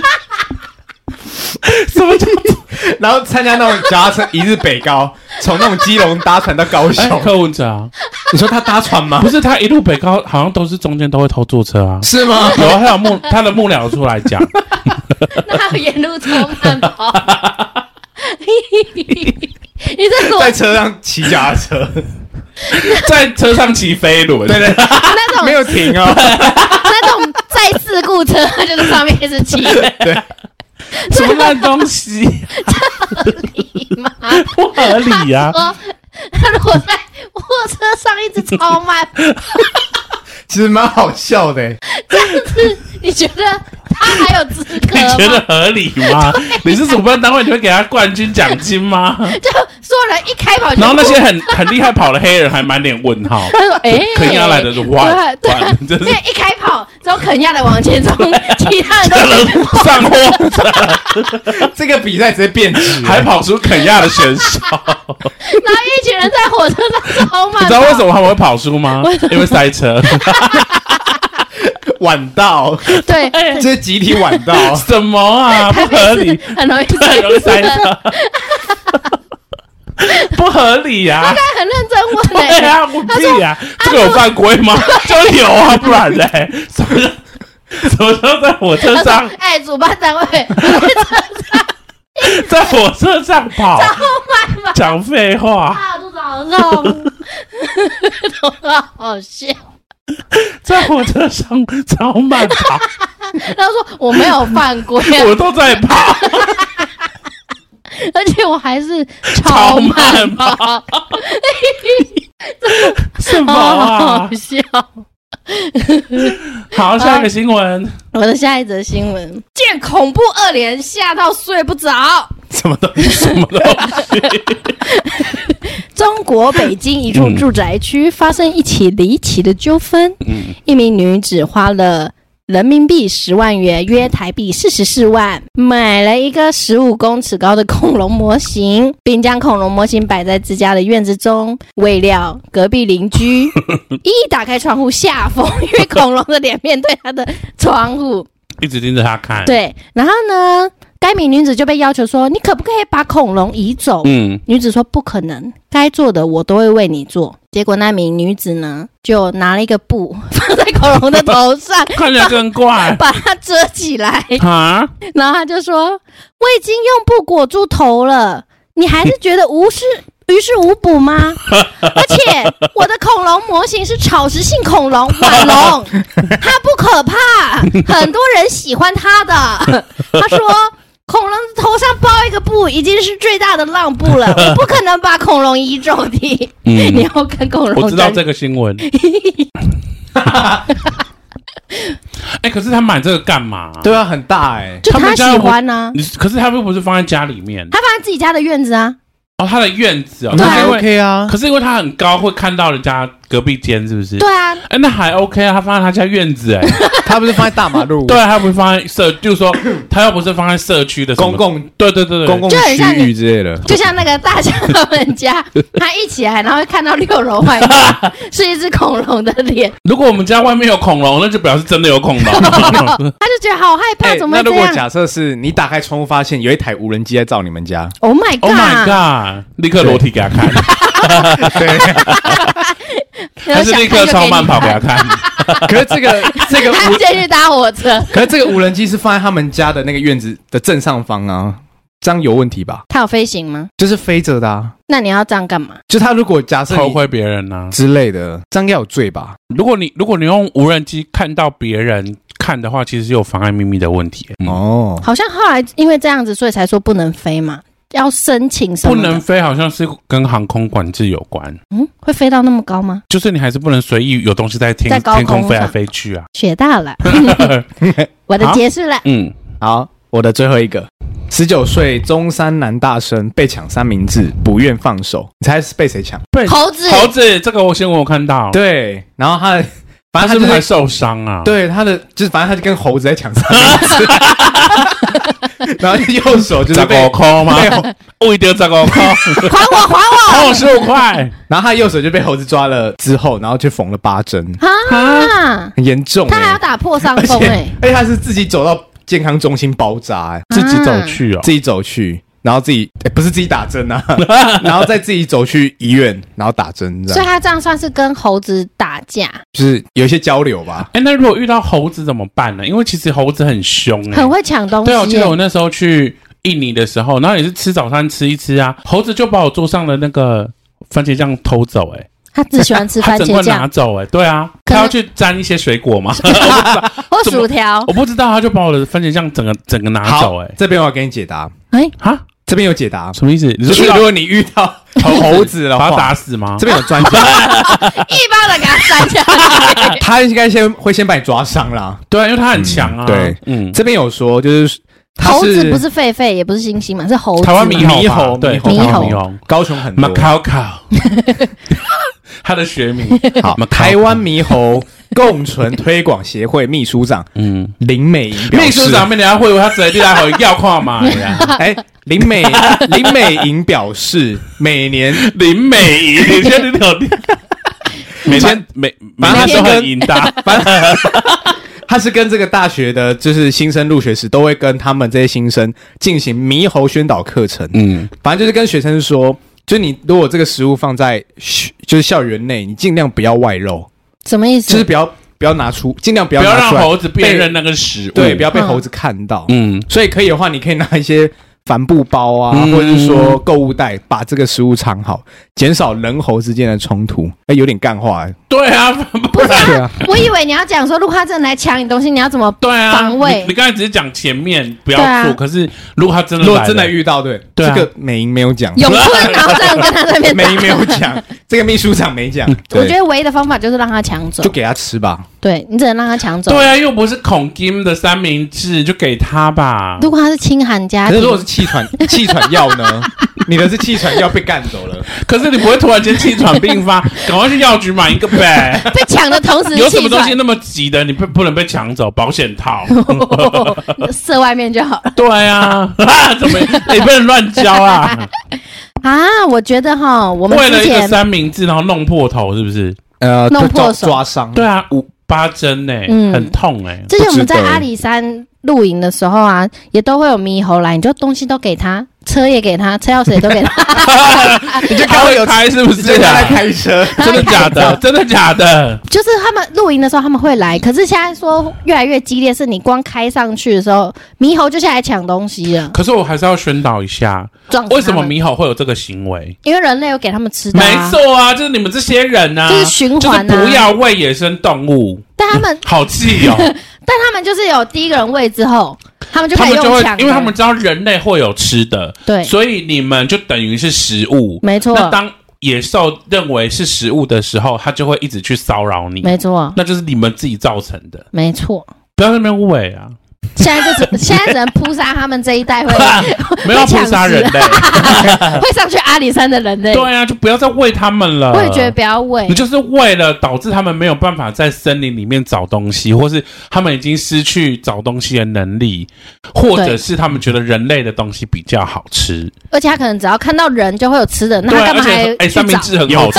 什么叫？ 然后参加那种脚踏车一日北高，从那种基隆搭船到高雄。 柯文哲啊， 你说他搭船吗？ 不是，他一路北高，好像都是中间都会偷坐车啊？ 是吗？ 有啊，他的幕僚出来讲， 那还有沿路超慢跑。你在车上骑脚踏车， 在车上骑飞轮， 对对， 那种没有停哦， 那种载事故车就是上面一直骑， 对， 什么烂东西？ 合理吗？ 不合理呀！ 他如果在货车上一直超慢， 其实蛮好笑的。 但是你觉得他还有资格吗？ 你觉得合理吗？你是主办单位，你会给他冠军奖金吗？ 就所有人一开跑， 然后那些很厉害跑的黑人还满脸问号。 他说：“ 肯亚来的说哇， 对，因为一开跑之后，肯亚的往前冲，其他人都上货车， 这个比赛直接变质， 还跑出肯亚的选手。 然后一群人在火车上超慢。 你知道为什么他们会跑输吗？因为塞车。” 晚到， 对， 这是集体晚到， 什么啊？不合理， 很容易塞车，不合理呀！ 他刚才很认真问对啊，我屁呀，这个有犯规吗？就有啊，不然嘞，什么时候在火车上？ 主办单位在火车上跑，讲废话， 肚子好痛，好笑。 在火车上超慢跑， 他说我没有犯规， 我都在跑， 而且我还是超慢跑， 什么啊？ 好笑。 好，下一个新闻， 我的下一则新闻，见恐怖2连吓到睡不着。 什么东西？ 什么东西？ 中国北京一处住宅区发生一起离奇的纠纷，一名女子花了人民币10万元，约台币44万，买了一个15公尺高的恐龙模型，并将恐龙模型摆在自家的院子中。未料隔壁邻居一打开窗户吓疯，因为恐龙的脸面对他的窗户， 一直盯着他看。 对，然后呢，该名女子就被要求说：“你可不可以把恐龙移走？”女子说：“不可能，该做的我都会为你做。”结果那名女子呢，就拿了一个布放在恐龙的头上， 看起来更怪， 把它遮起来啊。 然后他就说：“我已经用布裹住头了，你还是觉得于事无补吗？而且我的恐龙模型是草食性恐龙腕龙，它不可怕，很多人喜欢它的。”他说：“ 恐龙头上包一个布已经是最大的让步了，我不可能把恐龙移走的。你要跟恐龙， 我知道这个新闻。可是他买这个干嘛？ 对啊，很大就他喜欢啊。 可是他又不是放在家里面， 他放在自己家的院子啊。 哦，他的院子哦， 那还 OK 啊。 可是因为他很高，会看到人家隔壁间，是不是？ 对啊。 那还 OK 啊，他放在他家院子他不是放在大马路？ 对啊，他不是放在就是说他又不是放在社区的公共， 对， 公共区域之类的， 就像那个大象他们家，他一起来，然后会看到6楼外面是一只恐龙的脸。 如果我们家外面有恐龙，那就表示真的有恐龙。 他就觉得好害怕，怎么会这样？ 那如果假设是你打开窗户发现有一台无人机在照你们家 ，Oh my God！ Oh my God！ 立刻裸体给他看。 对。 还是立刻超慢跑给他看。 可是这个他先去搭火车。 可是这个无人机是放在他们家的那个院子的正上方啊，这样有问题吧？ 它有飞行吗？ 就是飞着的啊。 那你要这样干嘛？ 就他如果假设偷窥别人啊之类的，这样应该有罪吧？ 如果你用无人机看到别人看的话，其实是有妨碍秘密的问题。 哦， 好像后来因为这样子，所以才说不能飞嘛。要申请什么？ 不能飞，好像是跟航空管制有关。 会飞到那么高吗？ 就是你还是不能随意有东西在天空飞来飞去啊。 学到了，我的解释了。 好，我的最后一个，19岁中山男大生被抢三明治，不愿放手。你猜是被谁抢？ 猴子， 这个新闻我看到。 对，然后他反正他是不是还受伤啊？ 对，反正他就跟猴子在抢三明治。然后右手就是被 15块吗？我一定15块，还我15块。 然后他右手就被猴子抓了之后，然后就缝了8针啊， 很严重。 他还要打破伤风而且他是自己走到健康中心包扎， 自己走去哦， 自己走去。然后自己不是自己打针啊，然后再自己走去医院，然后打针。 所以他这样算是跟猴子打架， 就是有一些交流吧。 那如果遇到猴子怎么办呢？因为其实猴子很凶很会抢东西。 对，我记得我那时候去印尼的时候，然后也是吃早餐吃一吃啊，猴子就把我桌上的那个番茄酱偷走他只喜欢吃番茄酱， 他整罐拿走对啊，他要去沾一些水果嘛， 或薯条， 我不知道，他就把我的番茄酱整个拿走这边我要给你解答。这边有解答， 什么意思？ 就是如果你遇到猴子的话， 把他打死吗？ 这边有专家， 一巴掌给他扇下来。 他应该会先把你抓伤啦。 对啊，因为他很强啊。 对，这边有说就是猴子不是狒狒，也不是猩猩嘛，是猴子。 台湾猕猴， 对， 猕猴， 高雄很多。 马考考，他的学名。 好，台湾猕猴共存推广协会秘书长林美莹表示， 秘书长没人家会，他直接来回要看嘛呀。 林美莹表示，每年林美莹，你现在每天都很淫哒， 他是跟这个大学的，就是新生入学时都会跟他们这些新生进行猕猴宣导课程。反正就是跟学生说，就你如果这个食物放在就是校园内，你尽量不要外露。 什么意思？ 就是不要拿出，尽量不要拿出来， 不要让猴子辨认那个食物， 对，不要被猴子看到。所以可以的话，你可以拿一些帆布包啊，或者是说购物袋，把这个食物藏好，减少人猴之间的冲突。有点干话。 对啊， 不是啊，我以为你要讲说，如果他真的来抢你东西，你要怎么防卫？ 你刚才只是讲前面不要做，可是如果他真的遇到，对，这个美莹没有讲， 永坤然后这样跟他对面， 美莹没有讲，这个秘书长没讲。 我觉得唯一的方法就是让他抢走， 就给他吃吧。 对，你只能让他抢走。 对啊，又不是孔金的三明治，就给他吧。 如果他是清寒家庭， 可是如果是气喘药呢？你的是气喘药被干走了， 可是你不会突然间气喘病发，赶快去药局买一个呗。 被抢的同时， 有什么东西那么急的，你不能被抢走？保险套， 射外面就好了。 对啊，怎么你不能乱教啊？ 我觉得我们为了一个三明治，然后弄破头，是不是？ 弄破手， 抓伤。 对啊，8针很痛之前我们在阿里山露营的时候啊，也都会有猕猴来，你就东西都给他，车也给他，车钥匙也都给他。 你就他会开是不是？ 他在开车， 真的假的？真的假的？ 就是他们露营的时候他们会来，可是现在说越来越激烈，是你光开上去的时候，猕猴就下来抢东西了。 可是我还是要宣导一下，为什么猕猴会有这个行为？ 因为人类有给他们吃的。 没错啊，就是你们这些人啊， 就是循环啊， 就是不要喂野生动物。 但他们好气哦！ 但他们就是有第一个人喂之后，他们就可以用抢的， 因为他们知道人类会有吃的， 对， 所以你们就等于是食物， 没错。 那当野兽认为是食物的时候，它就会一直去骚扰你， 没错， 那就是你们自己造成的， 没错。 不要在那边喂啊！ 现在只能扑杀他们这一代会没有扑杀人类， 会上去阿里山的人类。 对啊，就不要再喂他们了。 我也觉得不要喂， 你就是为了导致他们没有办法在森林里面找东西，或是他们已经失去找东西的能力，或者是他们觉得人类的东西比较好吃， 而且他可能只要看到人就会有吃的，那他干嘛还去找？ 三明治很好吃，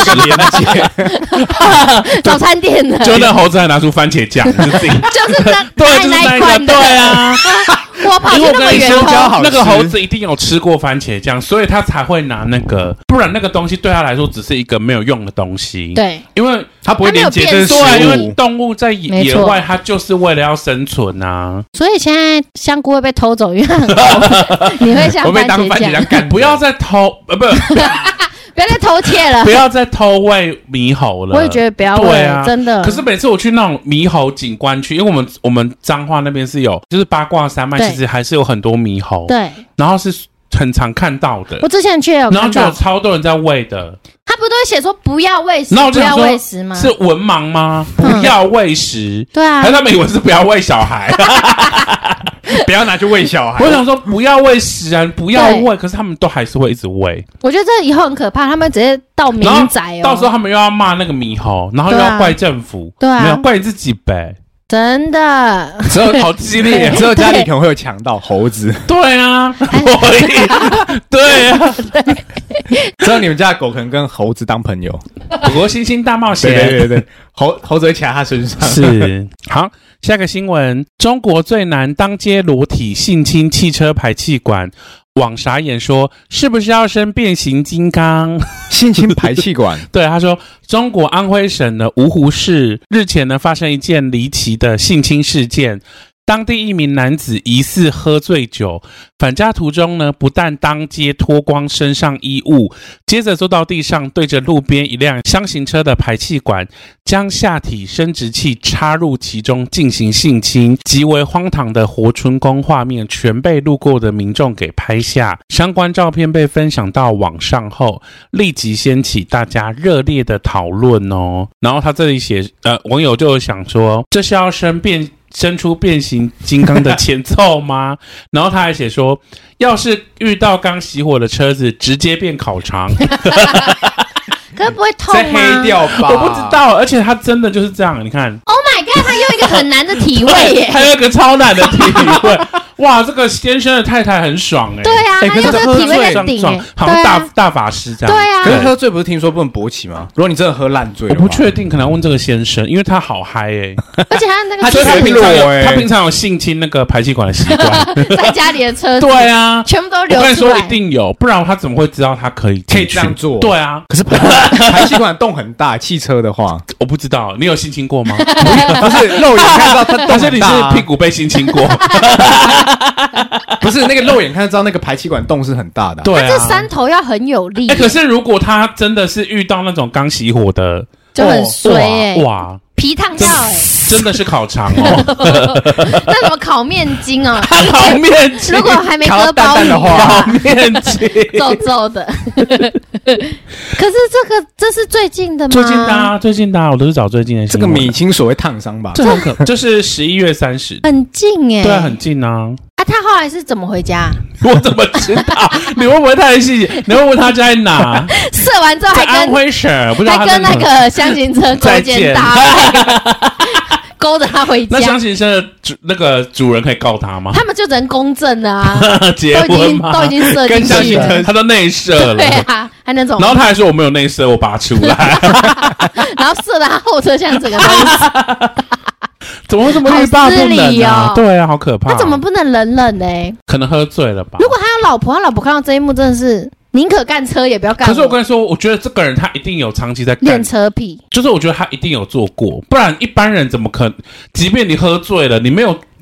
早餐店的， 就那猴子还拿出番茄酱，就是那一款，对啊。 我跑去那么远， 那个猴子一定有吃过番茄酱，所以他才会拿那个，不然那个东西对他来说只是一个没有用的东西。 对， 因为它不会连接跟食物， 因为动物在野外，它就是为了要生存啊。 所以现在香菇会被偷走，因为很高，你会像番茄酱干，不要再偷，不。 不要再偷窃了， 不要再偷喂猕猴了。 我也觉得不要喂，对啊，真的。 可是每次我去那种猕猴景观区，因为我们彰化那边是有，就是八卦山脉，其实还是有很多猕猴。 对， 然后是很常看到的。 我之前去有看到， 然后就有超多人在喂的。 他不都会写说不要喂食，不要喂食吗？ 是文盲吗？不要喂食。 对啊， 还是他们以为是不要喂小孩。 不要拿去喂小孩。 我想说不要喂食啊，不要喂，可是他们都还是会一直喂。 我觉得这以后很可怕，他们直接到民宅哦， 到时候他们又要骂那个猕猴，然后又要怪政府， 对啊， 没有怪你自己呗。 真的， 之后好激烈， 之后家里可能会有强盗猴子。 对啊，对啊， 之后你们家的狗可能跟猴子当朋友。 国星星大冒险， 对，猴子会骑在他身上。 是，好，下个新闻：中国最难当街裸体性侵汽车排气管。网傻眼说，是不是要生变形金刚？ 性侵排气管？ 对，他说，中国安徽省的芜湖市日前呢发生一件离奇的性侵事件。当地一名男子疑似喝醉酒，返家途中呢，不但当街脱光身上衣物，接着坐到地上，对着路边一辆厢型车的排气管，将下体生殖器插入其中进行性侵，极为荒唐的活春宫画面全被路过的民众给拍下。相关照片被分享到网上后，立即掀起大家热烈的讨论哦。然后他这里写，网友就想说，这是要生出变形金刚的前奏吗？然后他还写说，要是遇到刚熄火的车子，直接变烤肠。 可是不会痛吗？ 黑掉吧？ 我不知道，而且他真的就是这样，你看。 Oh my god！ 他用一个很难的体位耶， 还有一个超难的体位。哇，这个先生的太太很爽哎。 对啊，他用这个体位在顶哎， 好像大法师这样。 对啊。 可是喝醉不是听说不能勃起吗？如果你真的喝烂醉， 我不确定，可能要问这个先生，因为他好嗨哎。 而且他那个他平常有性侵那个排气管的习惯， 在家里的车子。 对啊， 全部都流出来。 我跟你说一定有，不然他怎么会知道他可以这样做？ 对啊， 可是排气管洞很大，汽车的话我不知道，你有性侵过吗？ 不是肉眼看到它洞很大， 但是你是屁股被性侵过。 不是那个肉眼看得到那个排气管洞是很大的。 对啊， 这山头要很有力。 可是如果他真的是遇到那种刚熄火的， 就很衰哇， 皮烫到真的是烤肠哦。 那什么烤面筋哦， 烤面筋， 如果还没割包的话， 烤面筋皱皱的。可是这是最近的吗？ 最近的，我都是找最近的。 这个米青所谓烫伤吧， 这很可，这是11月30， 很近哎。 对啊，很近啊。 他后来是怎么回家？ 我怎么知道？你会不会太细？你会问他家在哪？ 射完之后还跟安徽省，不知道还跟那个厢型车勾肩搭背，勾着他回家。 那厢型车的那个主人可以告他吗？ 他们就只能公证了啊， 结婚吗？ 都已经射进去了， 他都内射了。 对啊，还能怎么？ 然后他还说我没有内射，我拔出来， 然后射到他后车厢整个都是。 怎么会这么欲罢不能啊？对啊，好可怕！ 他怎么不能忍忍呢？ 可能喝醉了吧。 如果他有老婆，他老婆看到这一幕真的是宁可干车也不要干。 可是我跟你说，我觉得这个人他一定有长期在练车癖， 就是我觉得他一定有做过，不然一般人怎么可能？即便你喝醉了，你没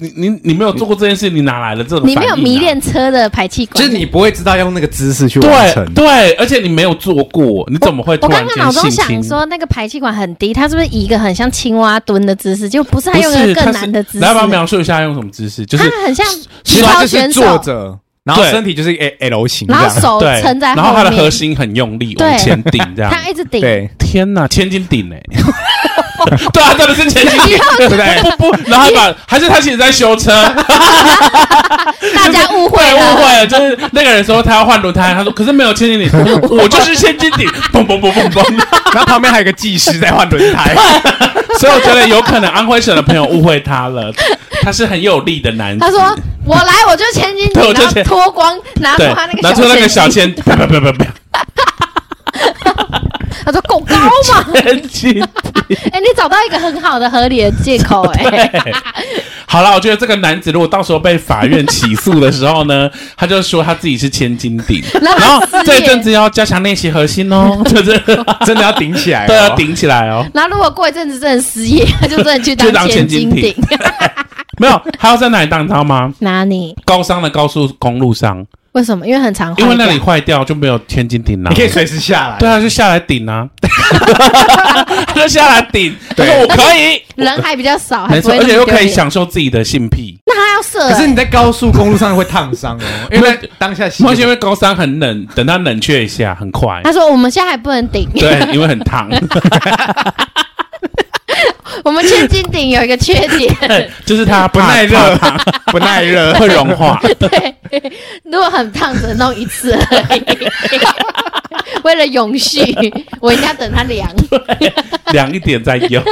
你没有做过这件事，你哪来的这种反应啊？ 你没有迷恋车的排气管， 就是你不会知道用那个姿势去完成。 对，而且你没有做过，你怎么会突然间我刚刚脑中性侵想说，那个排气管很低，他是不是以一个很像青蛙蹲的姿势？就不是他用一个更难的姿势。 来，要不要描述一下用什么姿势？就是他很像其实他就是坐着，然后身体就是 L 型， 然后手撑在后面， 然后他的核心很用力往前顶，这样他一直顶。 对， 天哪，千斤顶哎！对啊，真的是千斤顶， 对不对？ 不，然后还是他其实在修车， 大家误会了，就是那个人说他要换轮胎，他说可是没有千斤顶，我就是千斤顶，嘣嘣嘣嘣嘣， 然后旁边还有个技师在换轮胎， 所以我觉得有可能安徽省的朋友误会他了，他是很有力的男子。 他说我来我就千斤顶，然后脱光拿出他拿出那个小铅，不。 他说够高嘛？ 千斤顶。 你找到一个很好的合理的借口好了，我觉得这个男子如果到时候被法院起诉的时候呢，他就说他自己是千斤顶，然后这一阵子要加强练习核心哦，就是真的要顶起来， 对，要顶起来哦。 然后如果过一阵子真的失业，他就真的去当千斤顶。 没有，还要在哪里当，你知道吗？ 哪里？ 高商的高速公路上。 为什么？因为很常坏掉， 因为那里坏掉就没有千斤顶了， 你可以随时下来。 对啊，就下来顶啊，他就下来顶。他说我可以， 人还比较少， 没错，而且又可以享受自己的性癖。 那他要射， 可是你在高速公路上会烫伤哦，因为当下因为高山很冷，等它冷却一下，很快。 他说我们现在还不能顶， 对，因为很烫。 我们千斤顶有一个缺点， 就是它不耐热， 不耐热会融化。 对，如果很烫，只能弄一次而已。为了永续，我一定要等它凉， 凉一点再用。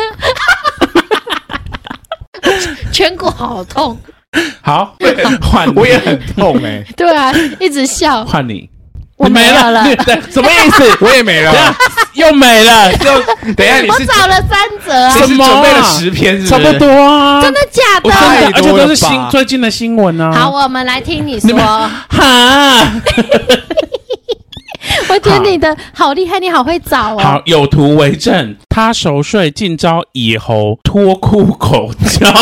颧骨好痛。 好，换你， 我也很痛哎。 对啊，一直笑。 换你。 我没了， 什么意思？ 我也没了， 又没了， 等一下， 我找了3则啊， 什么准备了10篇， 差不多啊， 真的假的？ 而且都是最近的新闻啊。 好，我们来听你说。 哈， 我觉得你的好厉害，你好会找哦。 好，有图为证，他熟睡竟遭野猴脱裤口交。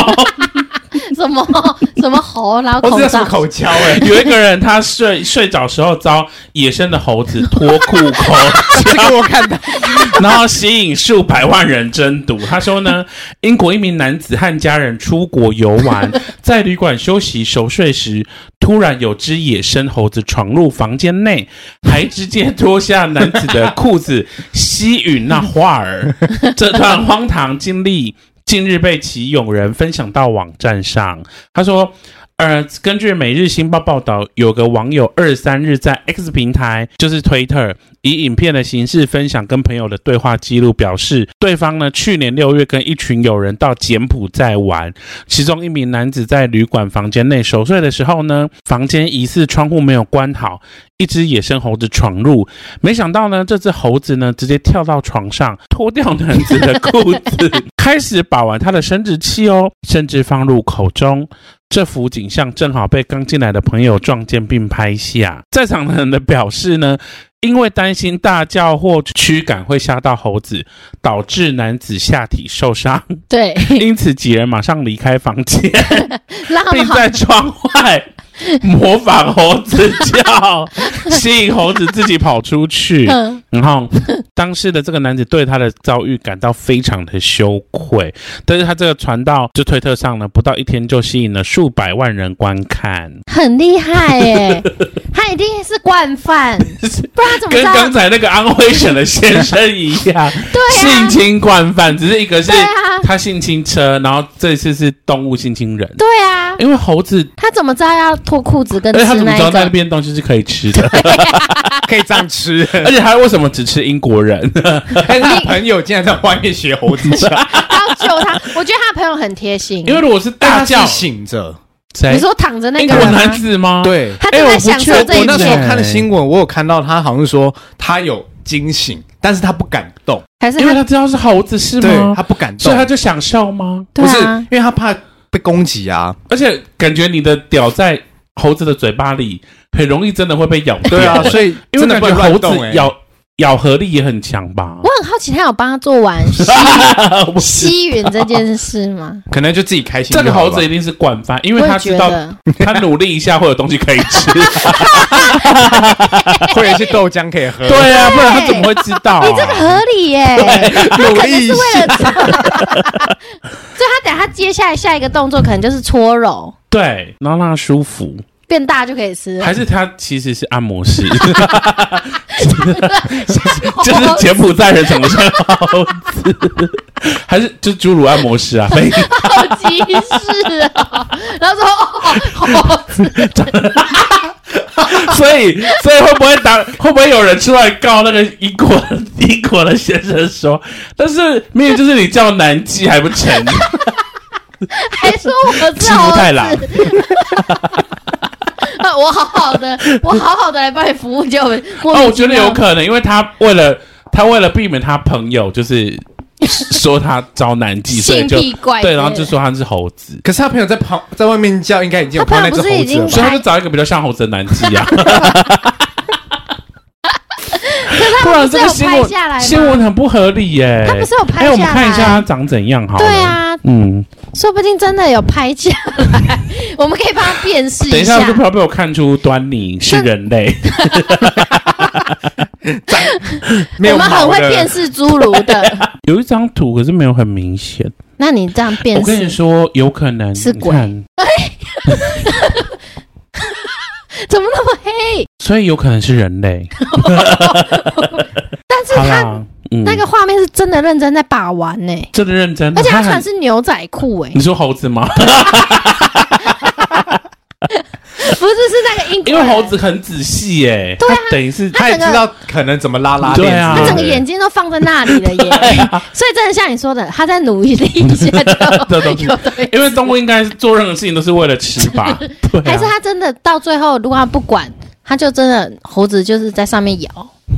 什么猴，然后口罩？口交有一个人他睡着时候遭野生的猴子脱裤口交， 这个我看到， 然后吸引数百万人争睹。他说呢，英国一名男子和家人出国游玩，在旅馆休息熟睡时，突然有只野生猴子闯入房间内，还直接脱下男子的裤子吸吮那花儿。这段荒唐经历近日被其友人分享到网站上。他说根据每日新报报道，有个网友23日在 X 平台，就是 Twitter， 以影片的形式分享跟朋友的对话记录，表示对方呢去年6月跟一群友人到柬埔寨玩，其中一名男子在旅馆房间内熟睡的时候呢，房间疑似窗户没有关好，一只野生猴子闯入，没想到呢，这只猴子呢直接跳到床上，脱掉男子的裤子，开始把玩他的生殖器哦，甚至放入口中。这幅景象正好被刚进来的朋友撞见并拍下。在场的人的表示呢，因为担心大叫或驱赶会吓到猴子，导致男子下体受伤。 对， 因此几人马上离开房间，并在窗外模仿猴子叫，吸引猴子自己跑出去。然后当时的这个男子对他的遭遇感到非常的羞愧，但是他这个传到就推特上呢，不到1天就吸引了数百万人观看， 很厉害耶。他一定是惯犯，不然怎么跟刚才那个安徽省的先生一样， 对啊， 性侵惯犯，只是一个是他性侵车，然后这一次是动物性侵人。 对啊， 因为猴子他怎么知道要脱裤子跟吃那一个？ 他怎么知道那边东西是可以吃的？ 可以这样吃， 而且他为什么只吃英国人？ 但是他朋友竟然在外面学猴子叫， 要救他。我觉得他的朋友很贴心， 因为如果是大叫醒着。 你说躺着那个人吗？英国男子吗？ 对， 他正在享受这一切。 我那时候看的新闻，我有看到他好像说他有惊醒，但是他不敢动， 还是因为他知道是猴子是吗？ 对，他不敢动， 所以他就享受吗？ 不是，因为他怕被攻击啊， 而且感觉你的屌在猴子的嘴巴里，很容易真的会被咬掉。 对啊，所以因为感觉猴子咬合力也很强吧？ 我很好奇，他有帮他做完吸吮这件事吗？ 可能就自己开心。 这个猴子一定是惯犯，因为他知道他努力一下会有东西可以吃， 会有一些豆浆可以喝。 对啊，不然他怎么会知道？ 你这个合理耶，他可能是为了所以他接下来下一个动作可能就是搓揉， 对，然后让他舒服。 变大就可以吃了， 还是他其实是按摩师，就是柬埔寨人长得像猴子，还是就是侏儒按摩师啊？ 好歧视啊！然后说猴子， 所以会不会有人出来告那个英国的先生说，但是明明就是你叫南纪还不成， 还说我是猴子， 太郎。 我好好的来帮你服务，就我觉得有可能，因为他为了避免他朋友就是说他招南纪，所以就对，然后就说他是猴子。 可是他朋友在外面叫，应该已经有看那只猴子了， 所以他就找一个比较像猴子的南纪啊。 不然这个新闻很不合理耶。 他不是有拍下来？ 我们看一下他长怎样好了。 对啊，说不定真的有拍下来，我们可以帮他辨识一下。 等一下就不要被我看出端倪是人类。 我们很会辨识侏儒的。 有一张图，可是没有很明显。 那你这样辨识， 我跟你说，有可能是鬼。怎么那么黑？ 所以有可能是人类。 但是他那个画面是真的认真在把玩呢， 真的认真， 而且他穿的是牛仔裤哎。 你说猴子吗？ 不是，是那个英国人， 因为猴子很仔细耶， 对啊， 等于是他也知道可能怎么拉链， 对啊， 他整个眼睛都放在那里了耶，所以真的像你说的，他在努力一下就因为动物应该做任何事情都是为了吃吧？对啊， 还是他真的到最后，如果他不管，他就真的猴子就是在上面咬。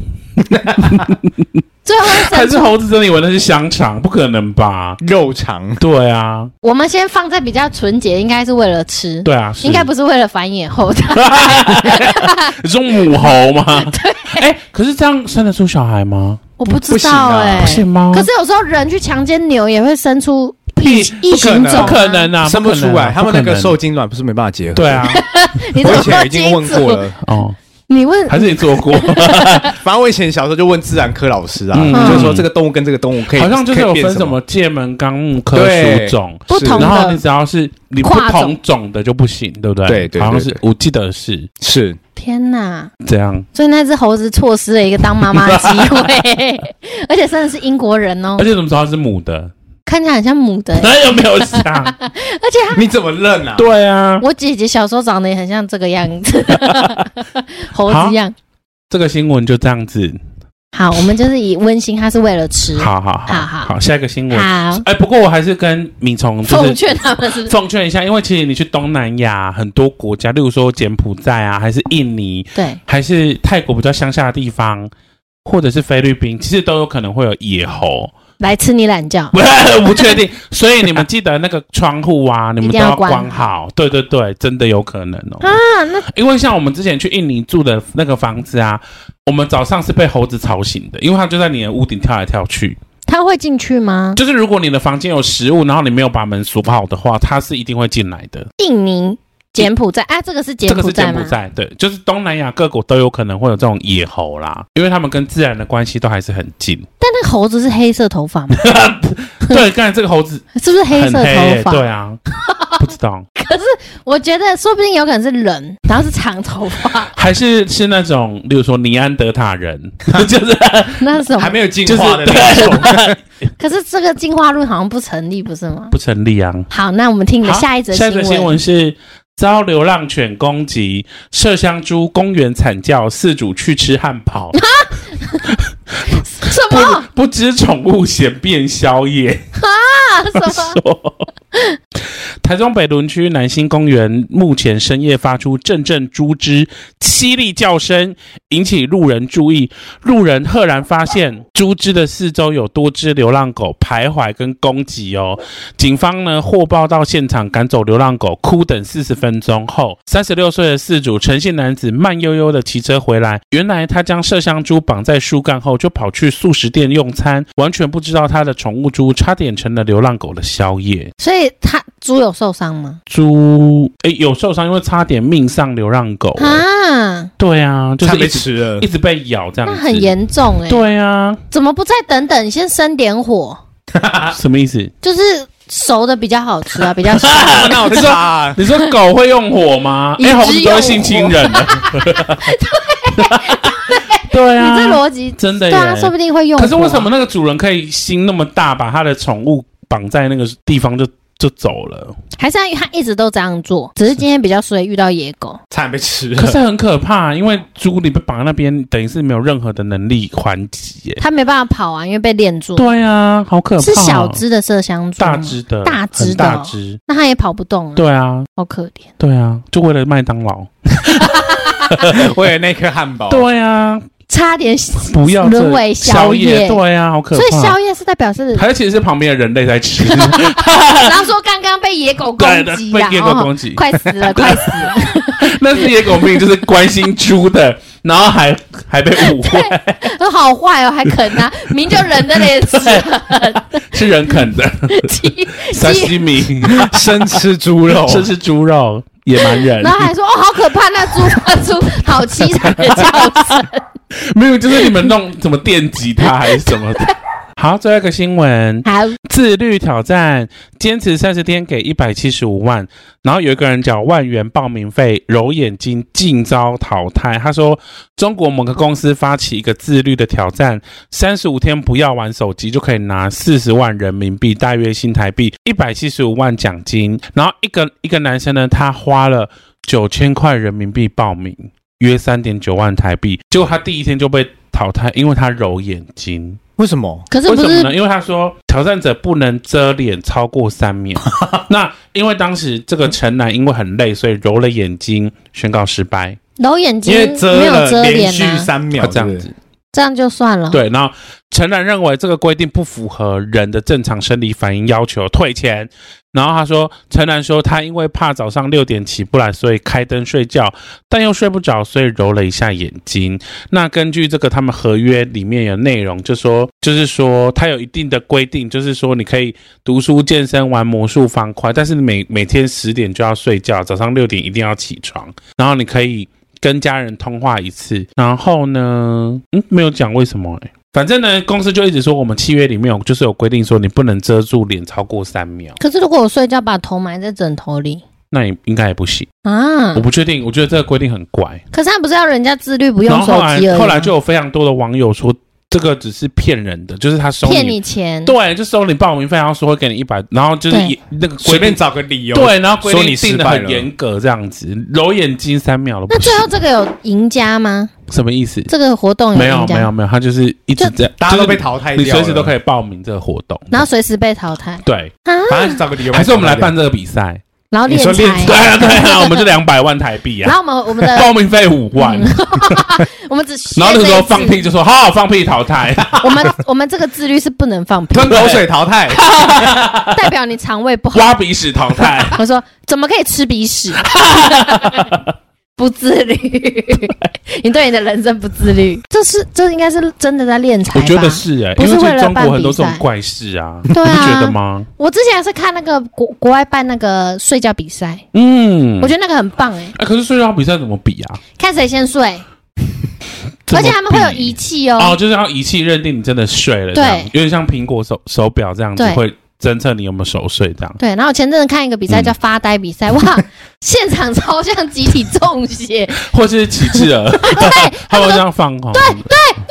最后还是猴子真的以为那是香肠？不可能吧？ 肉肠？对啊， 我们先放在比较纯洁，应该是为了吃。 对啊， 应该不是为了繁衍后代。 你说母猴吗？对。可是这样生得出小孩吗？ 我不知道不行吗？ 可是有时候人去强奸牛也会生出异形种， 不可能啊， 生不出来。他们那个受精卵不是没办法结合？ 对啊， 我以前已经问过了哦。 你问还是你做过？ 反正我以前小时候就问自然科老师啊，就是说这个动物跟这个动物可以， 好像就是有分什么界门纲目科属种不同的， 然后你只要是你不同种的就不行，对不对？ 对对， 好像是我记得是。 天哪， 这样， 所以那只猴子错失了一个当妈妈的机会，而且真的是英国人哦。 而且怎么知道它是母的？ 看起来很像母的， 那有没有像？ 而且你怎么认啊？ 对啊， 我姐姐小时候长得也很像这个样子，猴子样。 这个新闻就这样子。 好，我们就是以温馨，它是为了吃。 好，下一个新闻。 好， 不过我还是跟敏聪奉劝他们是奉劝一下，因为其实你去东南亚很多国家，例如说柬埔寨啊，还是印尼， 对， 还是泰国比较乡下的地方，或者是菲律宾，其实都有可能会有野猴来吃你懒觉。 不确定，所以你们记得那个窗户啊，你们都要关好。对对对，真的有可能哦。那因为像我们之前去印尼住的那个房子啊，我们早上是被猴子吵醒的，因为它就在你的屋顶跳来跳去。 它会进去吗？ 就是如果你的房间有食物，然后你没有把门锁好的话，它是一定会进来的。 印尼。柬埔寨这个是柬埔寨吗？这个是柬埔寨， 对，就是东南亚各国都有可能会有这种野猴啦，因为他们跟自然的关系都还是很近。 但那个猴子是黑色头发吗？ 对，刚才这个猴子是不是黑色头发？ 对啊，不知道。 可是我觉得说不定有可能是人，然后是长头发， 还是那种，例如说尼安德塔人，就是那是什么还没有进化的那种。 可是这个进化论好像不成立，不是吗？ 不成立啊。 好，那我们听你的下一则新闻。 下一则新闻是遭流浪犬攻击，麝香猪公园惨叫饲主去吃汉堡。 什么？ 不知宠物嫌变宵夜啊？什么？ 台中北仑区南新公园目前深夜发出阵阵猪只凄厉叫声，引起路人注意。路人赫然发现猪只的四周有多只流浪狗徘徊跟攻击哦。警方呢获报到现场赶走流浪狗，哭等40分钟后，36岁的饲主陈姓男子慢悠悠的骑车回来。原来他将麝香猪绑在树干后，就跑去素食店用餐，完全不知道他的宠物猪差点成了流浪狗的宵夜。 所以猪有受伤吗？ 猪有受伤，因为差点命丧流浪狗啊！ 对啊，就是被吃了， 一直被咬这样子， 那很严重对啊， 怎么不再等等，先生点火？ 什么意思？ 就是熟的比较好吃啊，比较香。 那我差。 你说狗会用火吗？猴子都会性侵人的。对啊， 你这逻辑真的耶， 对啊，说不定会用火。 可是为什么那个主人可以心那么大，把他的宠物绑在那个地方就走了？ 还是他一直都这样做，只是今天比较衰遇到野狗， 差点被吃了。 可是很可怕，因为猪你被绑在那边，等于是没有任何的能力还击耶。 他没办法跑啊，因为被链住。 对啊，好可怕。 是小只的麝香猪吗？ 大只的， 大只的， 大只。 那他也跑不动了。 对啊， 好可怜。 对啊，就为了麦当劳， 为了那颗汉堡。 对啊。 差点不要沦为宵夜， 对啊，好可怕。 所以宵夜是代表是， 还其实是旁边的人类在吃。 然后说刚刚被野狗攻击， 被野狗攻击， 快死了，快死了。 那是野狗命，就是关心猪的，然后还被误会， 好坏哦，还啃啊，明就人的脸吃， 是人啃的。沙西米生吃猪肉， 生吃猪肉。野蛮人， 然后还说哦，好可怕！那猪好凄惨的叫声。 没有，就是你们弄什么电吉他还是什么的。好，最后一个新闻。 好， 自律挑战，坚持30天给175万，然后有一个人缴1万元报名费，揉眼睛竟遭淘汰。他说，中国某个公司发起一个自律的挑战，35天不要玩手机就可以拿40万人民币，大约新台币175万奖金。然后一个男生呢，他花了9000块人民币报名，约3.9万台币，结果他第一天就被淘汰，因为他揉眼睛。 为什么？ 可是不是为什么呢？因为他说挑战者不能遮脸超过3秒。那因为当时这个陈男因为很累，所以揉了眼睛，宣告失败。 揉眼睛因为没有遮脸连续3秒这样子。 这样就算了。 对，然后陈男认为这个规定不符合人的正常生理反应，要求退钱。然后他说，陈男说他因为怕早上6点起不来，所以开灯睡觉，但又睡不着，所以揉了一下眼睛。那根据这个他们合约里面有内容，就是说他有一定的规定，就是说你可以读书、健身、玩魔术方块，但是每天10点就要睡觉，早上6点一定要起床，然后你可以跟家人通话1次，然后呢，没有讲为什么反正呢，公司就一直说我们契约里面就是有规定说你不能遮住脸超过3秒。 可是如果我睡觉把头埋在枕头里， 那也应该也不行啊。 我不确定，我觉得这个规定很怪。 可是他不是要人家自律不用手机而已。 后来就有非常多的网友说，这个只是骗人的，就是他收骗你钱， 对，就收你报名费，然后说会给你100，然后就是那个随便找个理由， 对，然后规定定得很了严格，这样子揉眼睛3秒都不行。 那最后这个有赢家吗？ 什么意思？ 这个活动有赢家没有，他就是一直这样， 大家都被淘汰掉了， 你随时都可以报名这个活动， 然后随时被淘汰。 对， 反正找个理由， 还是我们来办这个比赛。 然后练财， 对啊，我们就200万台币啊。 然后我们的报名费5万， 我们只然后那时候放屁就说好放屁淘汰。 我们这个自律是不能放屁， 吞口水淘汰， 代表你肠胃不好。 挖鼻屎淘汰。 我说怎么可以吃鼻屎？不自律，你对你的人生不自律，这应该是真的在练财吧？ 我觉得是不是为了中国很多这种怪事啊， 对啊， 你不觉得吗？ 我之前是看那个国外办那个睡觉比赛，我觉得那个很棒可是睡觉比赛怎么比啊？ 看谁先睡，而且他们会有仪器哦， 就是要仪器认定你真的睡了，对，有点像苹果手表这样子会侦测你有没有熟睡这样。 对，然后我前阵子看一个比赛叫发呆比赛，哇，现场超像集体中邪， 或是启智儿， 对， 他们这样放对，而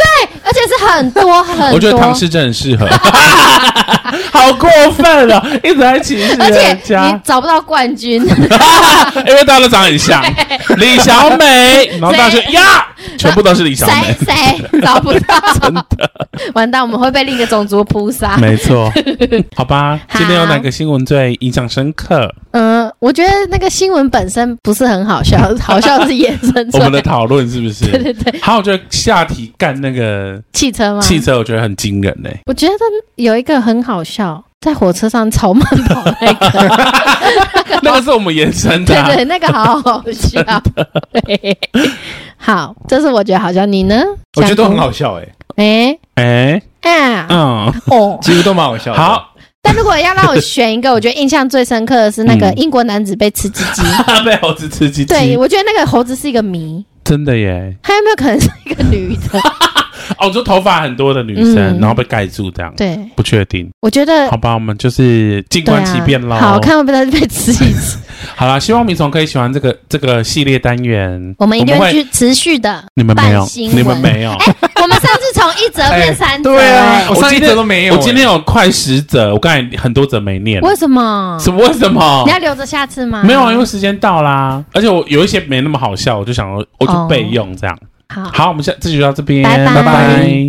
而且是很多很多。 我觉得唐诗真的很适合，好过分哦，一直在歧视而且人家， 你找不到冠军， 因为大家都长很像，李小美，然后大家就呀，全部都是李小美， 谁找不到？真的，完蛋，我们会被另一个种族扑杀。 没错，好吧，今天有哪个新闻最印象深刻？ 我觉得那个新闻本身不是很好笑，好笑是衍生出来我们的讨论是不是？ 对对对。 还有，我觉得下体干那个汽车吗？ 汽车我觉得很惊人嘞。 我觉得有一个很好笑，在火车上超慢跑那个， 那个是我们延伸的、啊。 对对，那个好好笑。对，好，这是我觉得好笑，你呢？ 我觉得都很好笑几乎都蛮好笑的。 好。 但如果要让我选一个，我觉得印象最深刻的是那个英国男子被吃鸡鸡， 被猴子吃鸡鸡。 对，我觉得那个猴子是一个谜， 真的耶。 还有没有可能是一个女的？ 哦，就头发很多的女生，然后被盖住这样。 对， 不确定。 我觉得， 好吧，我们就是静观其变咯。 好看会不会被吃一次？ 好啦，希望民众可以喜欢这个系列单元。 我们一定会去持续的。 你们没有？你们没有？ 我们上次从1则变3则。 对啊，我上1则都没有。 我今天有快10则，我刚才很多则没念。 为什么？ 为什么？ 你要留着下次吗？ 没有，因为时间到啦。而且我有一些没那么好笑，我就想我就备用这样。好，我们这集就到这边，拜拜。